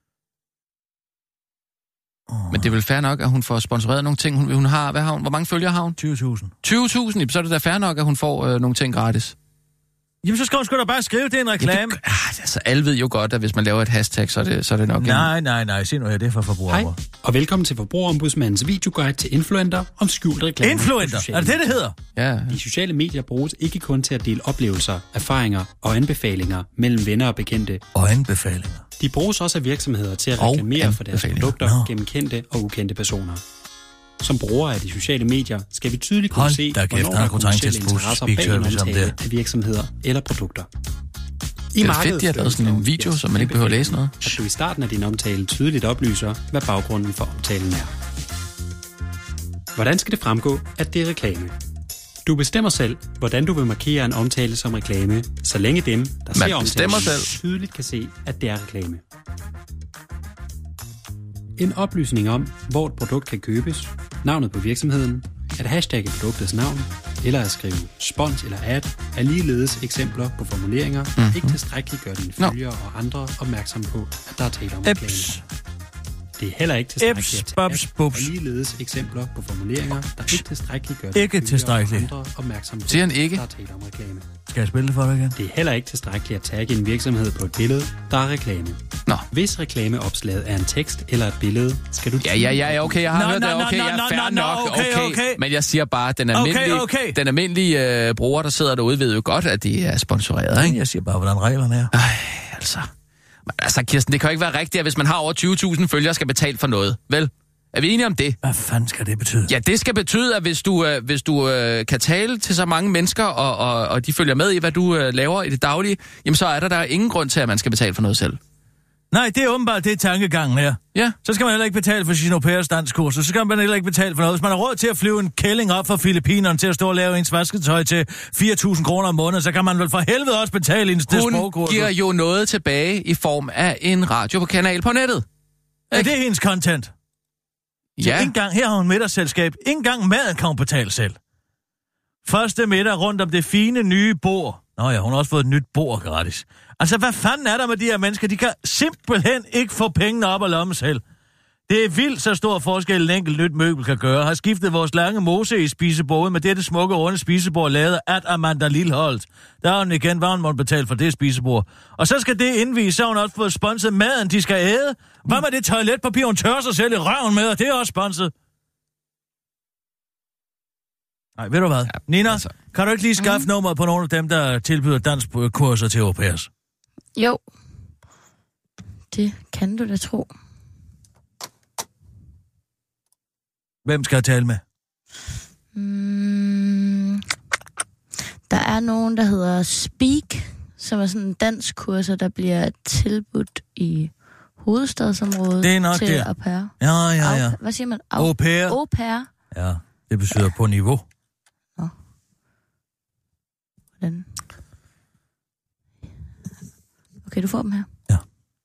Men det er vel fair nok, at hun får sponsoreret nogle ting. Hun har, hvor mange følgere har hun? 20.000. 20.000, så er det da fair nok, at hun får nogle ting gratis. Jamen, så skal hun sgu da bare skrive, det er en reklame. Altså, alle ved jo godt, at hvis man laver et hashtag, så er det nok... Nej, se nu her, det er for forbrugere. Hej, og velkommen til Forbrugerombudsmandens videoguide til influenter om skjult reklame. Influenter? Er det hedder? Ja. De sociale medier bruges ikke kun til at dele oplevelser, erfaringer og anbefalinger mellem venner og bekendte. Og anbefalinger. De bruges også af virksomheder til at reklamere for deres produkter gennem kendte og ukendte personer. Som brugere af de sociale medier skal vi tydeligt kunne se, hvornår der er kommercielle interesser bag en omtale af virksomheder eller produkter. Det er fedt, de har lavet sådan en video, så man ikke behøver at læse noget. At du i starten af din omtale tydeligt oplyser, hvad baggrunden for omtalen er. Hvordan skal det fremgå, at det er reklame? Du bestemmer selv, hvordan du vil markere en omtale som reklame, så længe dem, der ser omtalen, tydeligt kan se, at det er reklame. En oplysning om, hvor et produkt kan købes, navnet på virksomheden, at hashtagge produktets navn, eller at skrive spons eller ad, er ligeledes eksempler på formuleringer, der ikke tilstrækkeligt gør dine følgere og andre opmærksom på, at der er tale om reklame. Det er heller ikke tilstrækkeligt at er ligeledes eksempler på formuleringer, der ikke tilstrækkeligt gør dine følgere og andre opmærksom på, at der er tale om reklame. Skal jeg spille det for dig igen? Det er heller ikke tilstrækkeligt at tagge en virksomhed på et billede, der er reklame. Nå. Hvis reklameopslaget er en tekst eller et billede, skal du... Ja, okay, jeg har hørt det. Okay, jeg er fair nok. Okay. Men jeg siger bare, at den almindelige bruger, der sidder derude, ved jo godt, at de er sponsoreret, ikke? Jeg siger bare, hvordan reglerne er. Altså... Men altså, Kirsten, det kan jo ikke være rigtigt, at hvis man har over 20.000 følgere, skal betale for noget. Vel? Er vi enige om det? Hvad fanden skal det betyde? Ja, det skal betyde, at hvis du kan tale til så mange mennesker, og de følger med i, hvad du laver i det daglige, jamen så er der ingen grund til, at man skal betale for noget selv. Nej, det er åbenbart det tankegangen her. Ja. Så skal man heller ikke betale for sin au pairs danskurser. Så skal man heller ikke betale for noget. Hvis man har råd til at flyve en kælling op fra Filippinerne til at stå og lave ens vasketøj til 4.000 kroner om måneden, så kan man vel for helvede også betale en sprogkurser. Hun giver jo noget tilbage i form af en radiokanal på nettet. Ja, det er hendes content. Så ikke engang, her har hun middagsselskab. Ikke engang maden kan hun betale selv. Første middag rundt om det fine nye bord Nå ja, hun har også fået et nyt bord gratis. Altså, hvad fanden er der med de her mennesker? De kan simpelthen ikke få pengene op af lommen selv. Det er vildt så stor forskel, en enkelt nyt møbel kan gøre. Har skiftet vores lange mose i spisebordet med dette smukke runde spisebord lavet af Amanda Lilholt. Der har hun igen, hvad hun måtte betale for det spisebord. Og så skal det indvise, så har hun også fået sponset maden, de skal æde. Hvad med det toiletpapir, hun tørrer sig selv i røven med, og det er også sponset. Nej, ved du hvad? Ja, Nina, altså. Kan du ikke lige skaffe nummeret på nogle af dem, der tilbyder danskkurser til au pairs? Jo. Det kan du da tro. Hvem skal jeg tale med? Der er nogen, der hedder Speak, som er sådan en danskkurser, der bliver tilbudt i hovedstadsområdet det er nok til der. au pair. Ja. Hvad siger man? Au pair. Au pair. Ja, det betyder på niveau. Nå. Hvordan? Okay, du får dem her. Ja.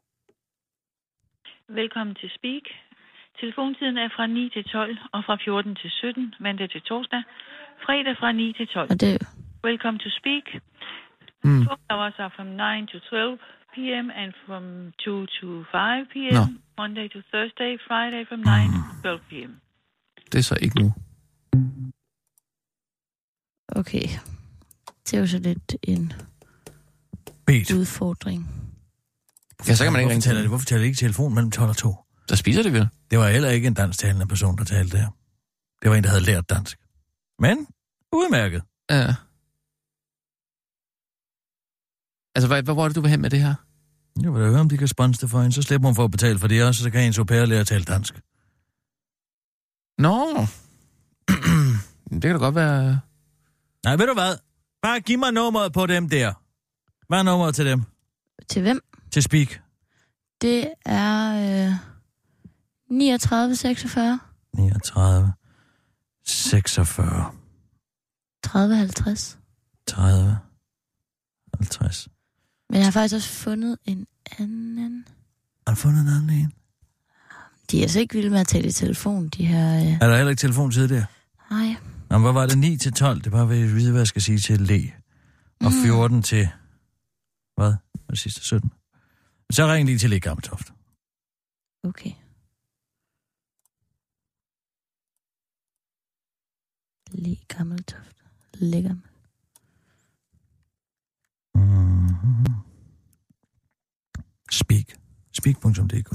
Velkommen til Speak. Telefontiden er fra 9 til 12 og fra 14 til 17, mandag til torsdag. Fredag fra 9 til 12. Og det... Welcome to Speak. Phone hours are from 9 to 12 p.m. and from 2 to 5 p.m. No. Monday to Thursday, Friday from 9 to 12 p.m. Det er så ikke nu. Okay. Det er jo så lidt en udfordring. Ja, så kan man ikke ringe til det. Hvorfor taler det ikke telefon mellem 12 og 2? Der spiser det vel? Det var heller ikke en dansktalende person, der talte der. Det var en, der havde lært dansk. Men udmærket. Ja. Altså, hvor er det, du vil hen med det her? Jeg vil da høre, om de kan sponse det for hende. Så slipper hun for at betale for det også, så kan hendes au pair lære at tale dansk. Nå. Det kan da godt være... Nej, ved du hvad? Bare giv mig nummeret på dem der. Hvad er nummeret til dem? Til hvem? Til Speak. Det er 39 46. 39 46. 30 50. 30 50. Men jeg har faktisk også fundet en anden. Har du fundet en anden en? De er altså ikke vilde med at tale i telefon, de her... Er der heller ikke telefontid der? Nej. Nå, hvad var det? 9 til 12? Det er bare ved at vide, hvad jeg skal sige til Le. Og 14 til... Hvad? Det sidste 17. Så ring lige til Le Gammeltoft. Okay. Le Gammeltoft. Le Gammel. Speak. Speak.dk.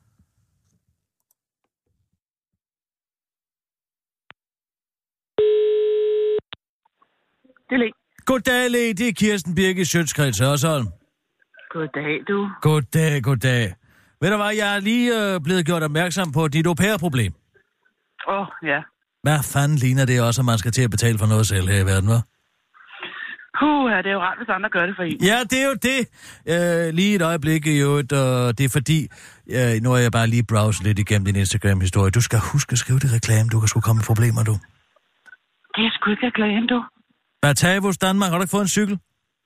Det er Le. Goddag, Le. Det er Kirsten Birgit Sjøtskreds Hørsholm. Goddag, du. Goddag. Ved du hvad, jeg er lige blevet gjort opmærksom på dit au pair-problem. Ja. Hvad fanden ligner det også, at man skal til at betale for noget selv her i verden, hva'? Ja, det er jo rart, hvis andre gør det for en. Ja, det er jo det. Lige et øjeblik, jo, og det er fordi, nu har jeg bare lige browset lidt igennem din Instagram-historie. Du skal huske at skrive det reklame, du kan sgu komme med problemer, du. Det er sgu ikke reklame, du. Batavus Danmark, har du ikke fået en cykel?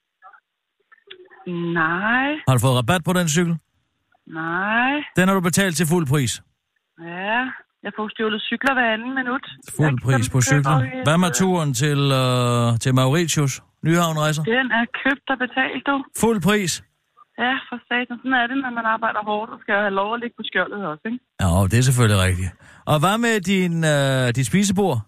Nej. Har du fået rabat på den cykel? Nej. Den har du betalt til fuld pris? Ja, jeg får stjålet cykler hver anden minut. Fuld pris på cyklen. Hvad med turen til Mauritius? Nyhavnrejser? Den er købt og betalt, du. Fuld pris? Ja, for satan. Sådan er det, når man arbejder hårdt og skal have lov at ligge på skjoldet også, ikke? Ja, det er selvfølgelig rigtigt. Og hvad med dit spisebord?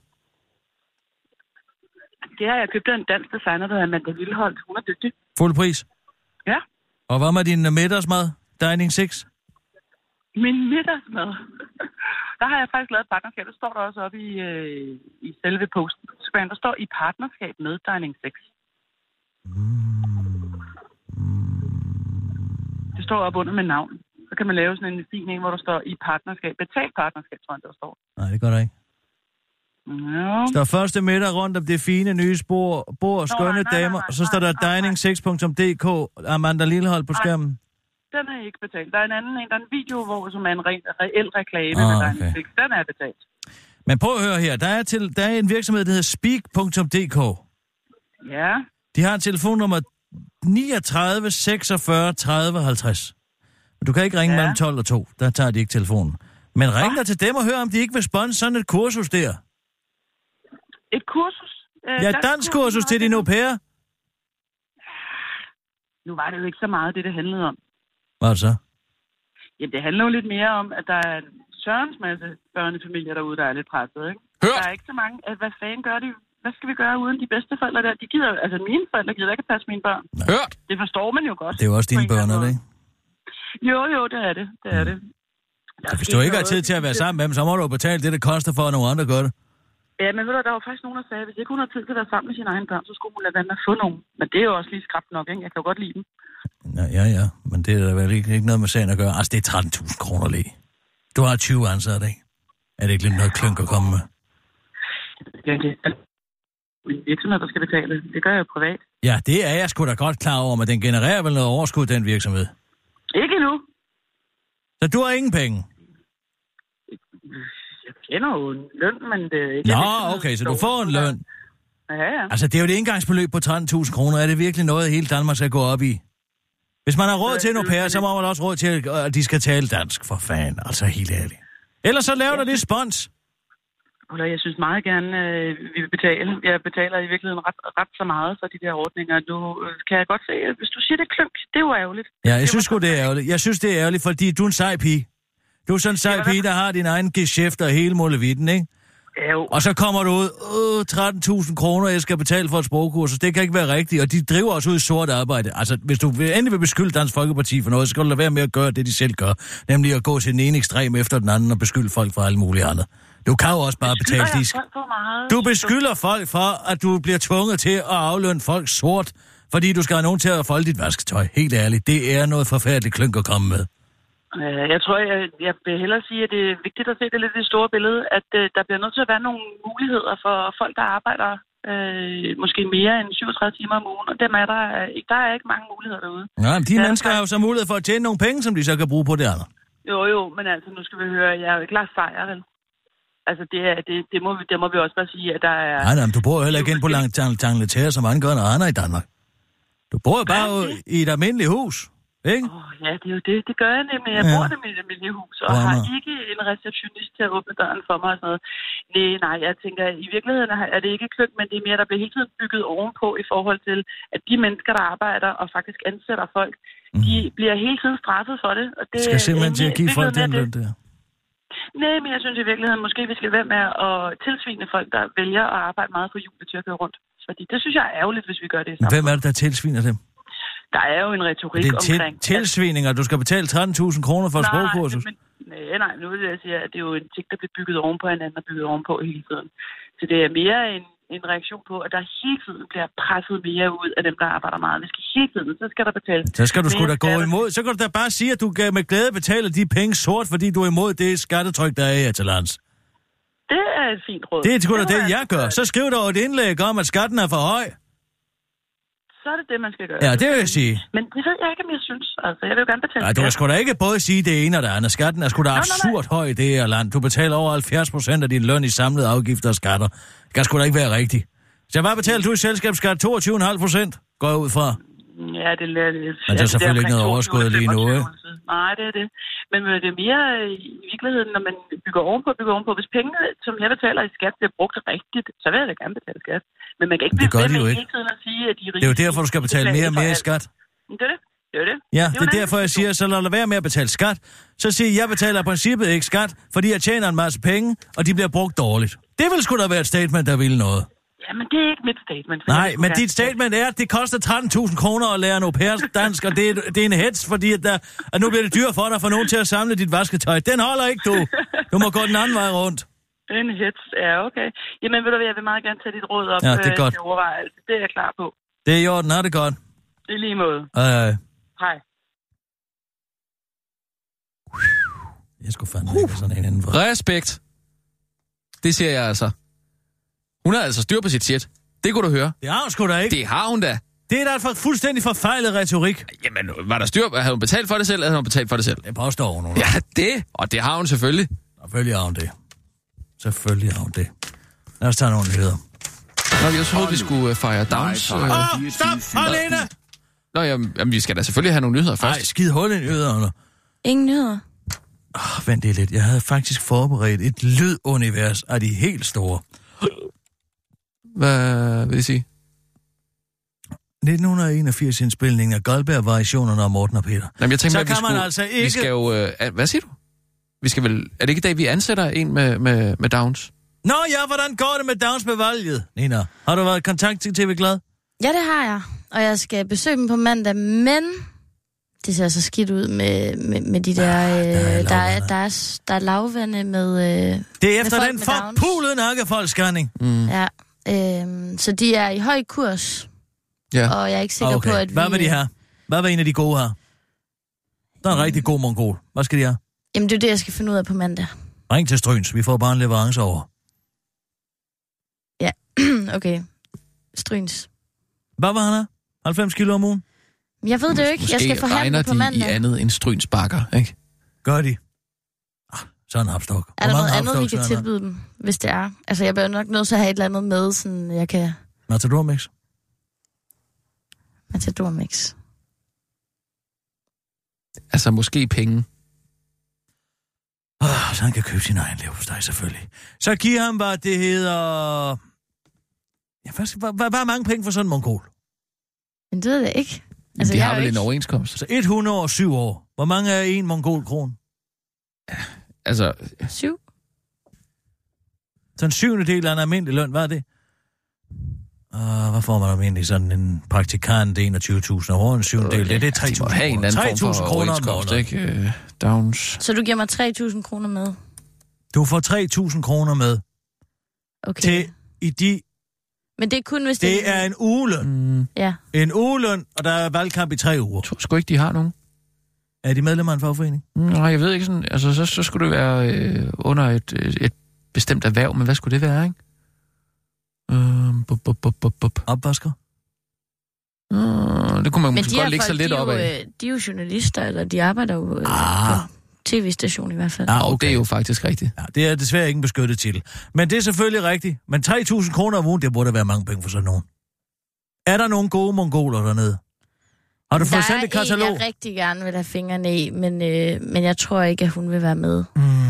Det har jeg købt af en dansk designer, der hedder Amanda Lilholt. Hun er dygtig. Fuld pris? Ja. Og hvad med din middagsmad? Dining 6? Min middagsmad? Der har jeg faktisk lavet et partnerskab. Der står der også oppe i selve posten. Der står i partnerskab med Dining 6. Det står op under med navn. Så kan man lave sådan en fin en, hvor der står i partnerskab. Betalt partnerskab, tror jeg, der står. Nej, det gør der ikke. Ja. Der står første middag rundt om det fine nye bord, skønne damer, og så står der dining6.dk, Amanda Lilholt på skærmen. Den er ikke betalt. Der er en anden der er en video, som er en reel reklame med Dining 6. Den er betalt. Men prøv at høre her, der er en virksomhed, der hedder speak.dk. Ja. De har telefonnummer 39 46 30 50. Du kan ikke ringe mellem 12 og 2, der tager de ikke telefonen. Men ring der til dem og hør, om de ikke vil sponse sådan et kursus der. Et kursus? Ja, dansk kursus til din au pair. Nu var det jo ikke så meget det handlede om. Hvad så? Jamen, det handler jo lidt mere om, at der er en sørens masse børnefamilier derude, der er lidt presset, ikke? Hør! Der er ikke så mange, at hvad fanden gør de? Hvad skal vi gøre uden de bedste forældre der? De gider, altså mine forældre gider ikke at passe mine børn. Hørt! Det forstår man jo godt. Det er jo også dine børn, er det ikke? Jo, det er det. Det er det. Hvis du ikke har tid til at være sammen med dem, så må du betale det, det koster for, at nogle andre gør det. Ja, men ved du, der var faktisk nogen, der sagde, at hvis ikke hun har tid til at være sammen med sine egne børn, så skulle hun lade være med at få nogen. Men det er jo også lige skræbt nok, ikke? Jeg kan jo godt lide dem. Ja, men det er da vel ikke noget med sagen at gøre. Altså, det er 13.000 kroner lige. Du har 20 ansatte, ikke? Er det ikke lidt noget klønk at komme med? Ja, det er min virksomhed, der skal betale. Det gør jeg jo privat. Ja, det er jeg sgu da godt klar over, men den genererer vel noget overskud, den virksomhed? Ikke endnu. Så du har ingen penge? Jeg kender jo en løn, men det er ikke... Nå, okay, så du får en løn. Ja. Altså, det er jo et engangsbeløb på 13.000 kroner. Er det virkelig noget, hele Danmark skal gå op i? Hvis man har råd til en au pair, så må man også råd til, at de skal tale dansk. For fanden, altså helt ærligt. Ellers så laver du det spons. Jeg synes meget gerne, vi vil betale. Jeg betaler i virkeligheden ret så meget for de der ordninger. Nu kan jeg godt se, at hvis du siger det klønk, det er jo ærgerligt. Ja, jeg synes sgu, det er ærgerligt. Jeg synes, det er ærgerligt, fordi du er en sej pige. Du er sådan en sej pige, der har din egen geschæft og hele målevitten, ikke? Jo. Og så kommer du ud, 13.000 kroner, jeg skal betale for et sprogkursus. Det kan ikke være rigtigt, og de driver også ud i sort arbejde. Altså, hvis du endelig vil beskylde Dansk Folkeparti for noget, så skal du lade være med at gøre det, de selv gør. Nemlig at gå til den ene ekstrem efter den anden og beskylde folk for alle mulige andre. Du kan jo også bare betale disk. Du beskylder folk for, at du bliver tvunget til at aflønne folk sort, fordi du skal have nogen til at folde dit vasketøj. Helt ærligt, det er noget forfærdeligt klønk at komme med. Jeg tror, jeg vil hellere sige, at det er vigtigt at se det lidt i det store billede, at der bliver nødt til at være nogle muligheder for folk, der arbejder måske mere end 37 timer om ugen, og dem er der er ikke mange muligheder derude. Nej, men de mennesker har jo så mulighed for at tjene nogle penge, som de så kan bruge på det andet. Jo, men altså, nu skal vi høre, jeg er jo ikke Lars Seier, vel? Altså, det må vi også bare sige, at der er... Nej, men du bor jo heller ikke ind på Langletære, som mange gør, når andre i Danmark. Du bor jo bare i et almindeligt hus. Ikke? Ja, det er jo det. Det gør jeg nemlig. Jeg bor nemlig i et almindeligt hus, og har ikke en receptionist til at åbne døren for mig og sådan noget. Nej, jeg tænker, i virkeligheden er det ikke klønt, men det er mere, der bliver hele tiden bygget ovenpå i forhold til, at de mennesker, der arbejder og faktisk ansætter folk, de bliver hele tiden straffet for det. Og det skal simpelthen til at give folk den løn der. Nej, men jeg synes i virkeligheden, måske vi skal være med at tilsvine folk, der vælger at arbejde meget for julet til at køre rundt. Fordi det synes jeg er ærgerligt, hvis vi gør det. Hvem er det, der tilsviner dem? Der er jo en retorik omkring... Tilsvininger, du skal betale 13.000 kroner for et sprogkursus? Nej, nu vil jeg sige, at det er jo en ting, der bliver bygget ovenpå hinanden og bygget ovenpå hele tiden. Så det er mere en reaktion på, at der hele tiden bliver presset mere ud af dem, der arbejder meget. Vi skal hele tiden, så skal der betales. Så skal du sgu da gå imod. Så kan du da bare sige, at du med glæde betaler de penge sort, fordi du er imod det skattetryk, der er her til lands. Det er et fint råd. Det er sgu da det, jeg gør. Så skriv dog et indlæg om, at skatten er for høj. Så er det det, man skal gøre. Ja, det vil jeg sige. Men det ved jeg ikke, om jeg synes. Altså, jeg vil jo gerne betale. Nej, du kan sgu da ikke både sige det ene og det andet. Skatten er sgu da absurd høj i det her land. Du betaler over 70% af din løn i samlede afgifter og skatter. Det kan sgu da ikke være rigtigt. Så hvad betaler du i selskabsskat? 22,5%? Går jeg ud fra. Ja, det er det. Men der er selvfølgelig ikke noget overskud lige nu, ikke? Nej, det er det. Men det er mere i virkeligheden, når man bygger ovenpå. Hvis pengene, som jeg betaler i skat, bliver brugt rigtigt, så vil jeg da gerne betale skat. Men man kan ikke blive ved med hele tiden at sige, at de rige... Det er jo derfor, du skal betale mere og mere i skat. Det er det. Ja, det er derfor, jeg siger, så lad være med at betale skat. Så siger jeg betaler i princippet ikke skat, fordi jeg tjener en masse penge, og de bliver brugt dårligt. Det vil sgu da være et statement, der vil noget. Ja, men det er ikke mit statement. Nej, men dit statement er, at det koster 13.000 kroner at lære en au pair dansk, og det er en hets, fordi at nu bliver det dyrt for dig at få nogen til at samle dit vasketøj. Den holder ikke, du. Du må gå den anden vej rundt. En hets, ja, okay. Jamen, ved du hvad, jeg vil meget gerne tage dit råd op. Ja, det er godt. Det er jeg klar på. Det er i orden, er det godt? Det er lige måde. Hej. Jeg skulle fandme ikke sådan en indenfor. Respekt. Det siger jeg altså. Hun har altså styr på sit shit. Det kunne du høre. Det har hun sgu da ikke. Det har hun da. Det er da en fuldstændig forfejlet retorik. Jamen, var der styr? Havde hun betalt for det selv, eller havde hun betalt for det selv? Det påstår hun. Ja, det. Og det har hun selvfølgelig. Selvfølgelig har hun det. Selvfølgelig har hun det. Lad os tage nogle nyheder. Nå, jeg troede, vi skulle fejre Downs. Stop! Hold inde! Nå, jamen, vi skal da selvfølgelig have nogle nyheder først. Nej, skid hul i nyhederne. Ingen nyheder. Vent det lidt. Jeg havde faktisk forberedt et lydunivers af de helt store. Hvad vil I sige? 1981 indspilningen af Goldberg-variationerne om Morten og Peter. Jamen, jeg tænker, så kan man altså ikke... Vi skal jo... hvad siger du? Vi skal vel... Er det ikke i dag, vi ansætter en med Downs? Nå ja, hvordan går det med Downs med valget? Nina, har du været i kontakt til TV Glad? Ja, det har jeg. Og jeg skal besøge dem på mandag, men det ser så skidt ud med de der... der er lavvande med... det er efter den forpulede nakkefolkskanning. Ja, så de er i høj kurs. Ja. Og jeg er ikke sikker på, at vi... Hvad vil de have? Hvad var en af de gode her? Der er en rigtig god mongol. Hvad skal de have? Jamen, det er det, jeg skal finde ud af på mandag. Ring til Stryns. Vi får bare en leverance over. Ja, okay. Stryns. Hvad var han her? 90 kilo om ugen? Jeg ved det jo ikke. Jeg skal forhandle på mandag. Måske regner de i andet end Stryns bakker, ikke? Gør de? Så en hapstok. Er der noget andet, vi kan tilbyde dem, hvis det er? Altså, jeg bliver nok nødt til at have et eller andet med, sådan jeg kan... Matador-mix? Matador-mix. Altså, måske penge. Så han kan købe sin egen leverpostej, selvfølgelig. Så giver han bare, det hedder... Ja, hvad er mange penge for sådan en mongol? Men det ved jeg ikke. Altså, de har vel en overenskomst. Så 107 år. Hvor mange er en mongol-kron? Ja, altså... 7. Så en 7. del af en almindelig løn, hvad er det? Hvad får man almindelig sådan en praktikant 21.000 år, en 7. del? Det er 3.000 kroner. 3.000 kroner om måneden. Ikke? Downs. Så du giver mig 3.000 kroner med? Du får 3.000 kroner med. Okay. Til i de... Men det er kun, hvis det er en ugeløn. Ja. En ugeløn, og der er valgkamp i 3 uger. Jeg tror sgu ikke, de har nogen. Er de medlemmer af en fagforening? Nej, jeg ved ikke sådan. Altså, så skulle det være under et bestemt erhverv, men hvad skulle det være, ikke? Opvasker? Det kunne man måske godt lægge sig lidt op af. De er jo journalister, eller de arbejder jo på tv-station i hvert fald. Okay. Det er jo faktisk rigtigt. Ja, det er desværre ikke en beskyttet titel. Men det er selvfølgelig rigtigt. Men 3.000 kroner om ugen, det burde være mange penge for sådan nogen. Er der nogle gode mongoler dernede? Har du fået sendt et katalog? Der er en, jeg rigtig gerne vil have fingrene i, men jeg tror ikke, at hun vil være med.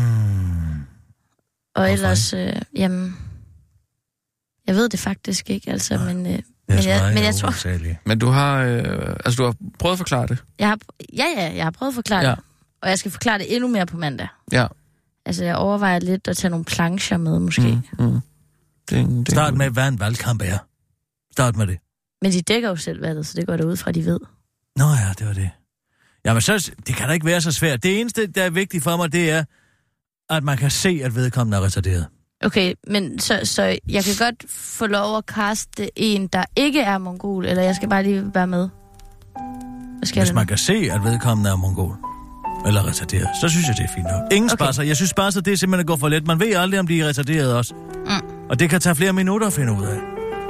Og ellers, jamen... Jeg ved det faktisk ikke, altså, men jeg tror... Men du har, du har prøvet at forklare det? Jeg har prøvet at forklare det. Og jeg skal forklare det endnu mere på mandag. Ja. Altså, jeg overvejer lidt at tage nogle plancher med, måske. Start med, hvad en valgkamp er. Start med det. Men de dækker jo selv valget, så det går derud fra, de ved. Nå ja, det var det. Jamen, så, det kan da ikke være så svært. Det eneste, der er vigtigt for mig, det er, at man kan se, at vedkommende er retarderet. Okay, men så jeg kan godt få lov at kaste en, der ikke er mongol, eller jeg skal bare lige være med? Hvis man kan se, at vedkommende er mongol, eller retarderet, så synes jeg, det er fint nok. Ingen spasser. Jeg synes spasser, det er simpelthen at gå for let. Man ved aldrig, om de er retarderet også. Og det kan tage flere minutter at finde ud af.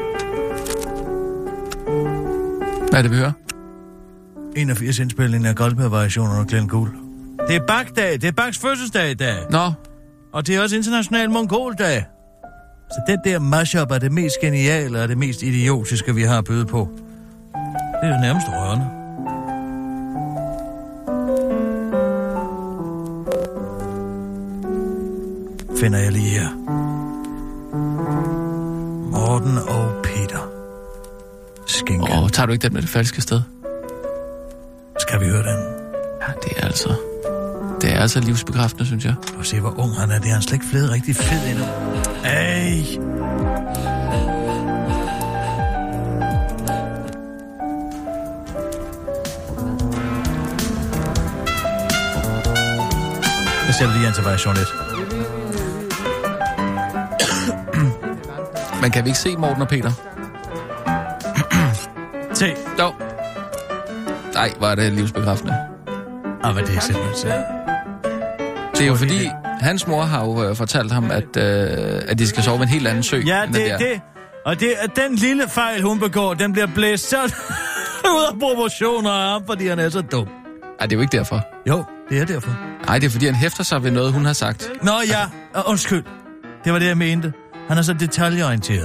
Hvad er det, vi hører? 81 indspilning af Goldberg-variationer og Glenn Gould. Det er Bagdag. Det er Bags fødselsdag i dag. Nå. Og det er også international mongoldag. Så den der mashup er det mest geniale og det mest idiotiske, vi har at byde på. Det er jo nærmest rørende. Finder jeg lige her. Morten og Peter. Skinken. Tager du ikke den med det falske sted? Skal vi høre den? Ja, det er altså livsbekræftende, synes jeg. Prøv at se, hvor ung han er. Det er han slet ikke fed, rigtig fed endnu. Ej! Jeg sætter lige an til variation 1. Men kan vi ikke se Morten og Peter? Se. Jo. Nej, var det livsbekræftende. Hvad det er simpelthen. Det er jo fordi, hans mor har jo fortalt ham, at de skal sove ved en helt anden sø. Ja, det er det. Og det er den lille fejl, hun begår, den bliver blæst så ud af proportioner af ham, fordi han er så dum. Ej, det er jo ikke derfor. Jo, det er derfor. Nej, det er fordi, han hæfter sig ved noget, hun har sagt. Nå ja, undskyld. Det var det, jeg mente. Han er så detaljeorienteret.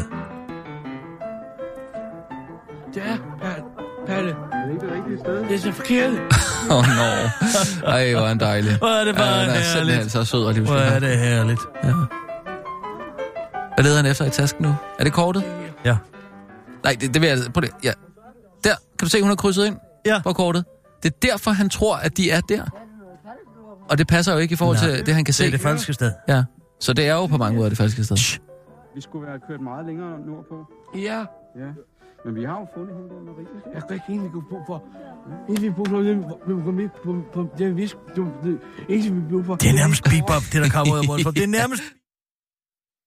Ja, Palle. Det er så forkert. Nå. Ej, hvor er han dejlig. Hvor er det bare herligt. Han er simpelthen så sød og livsfuld. Hvor er det herligt. Ja. Hvad leder han efter i tasken nu? Er det kortet? Ja. Nej, det vil jeg... Prøv det. Ja. Der, kan du se, hun har krydset ind på kortet? Det er derfor, han tror, at de er der. Og det passer jo ikke i forhold til det, han kan se. Det er det falske sted. Ja, så det er jo på mange måder det falske sted. Vi skulle være kørt meget længere nordpå. Ja. Ja. Men vi har jo fundet hende der, Marie. Jeg kan ikke egentlig gå på for... Egentlig på det, det er nærmest bebop, det der kommer ud af munden. Det er nærmest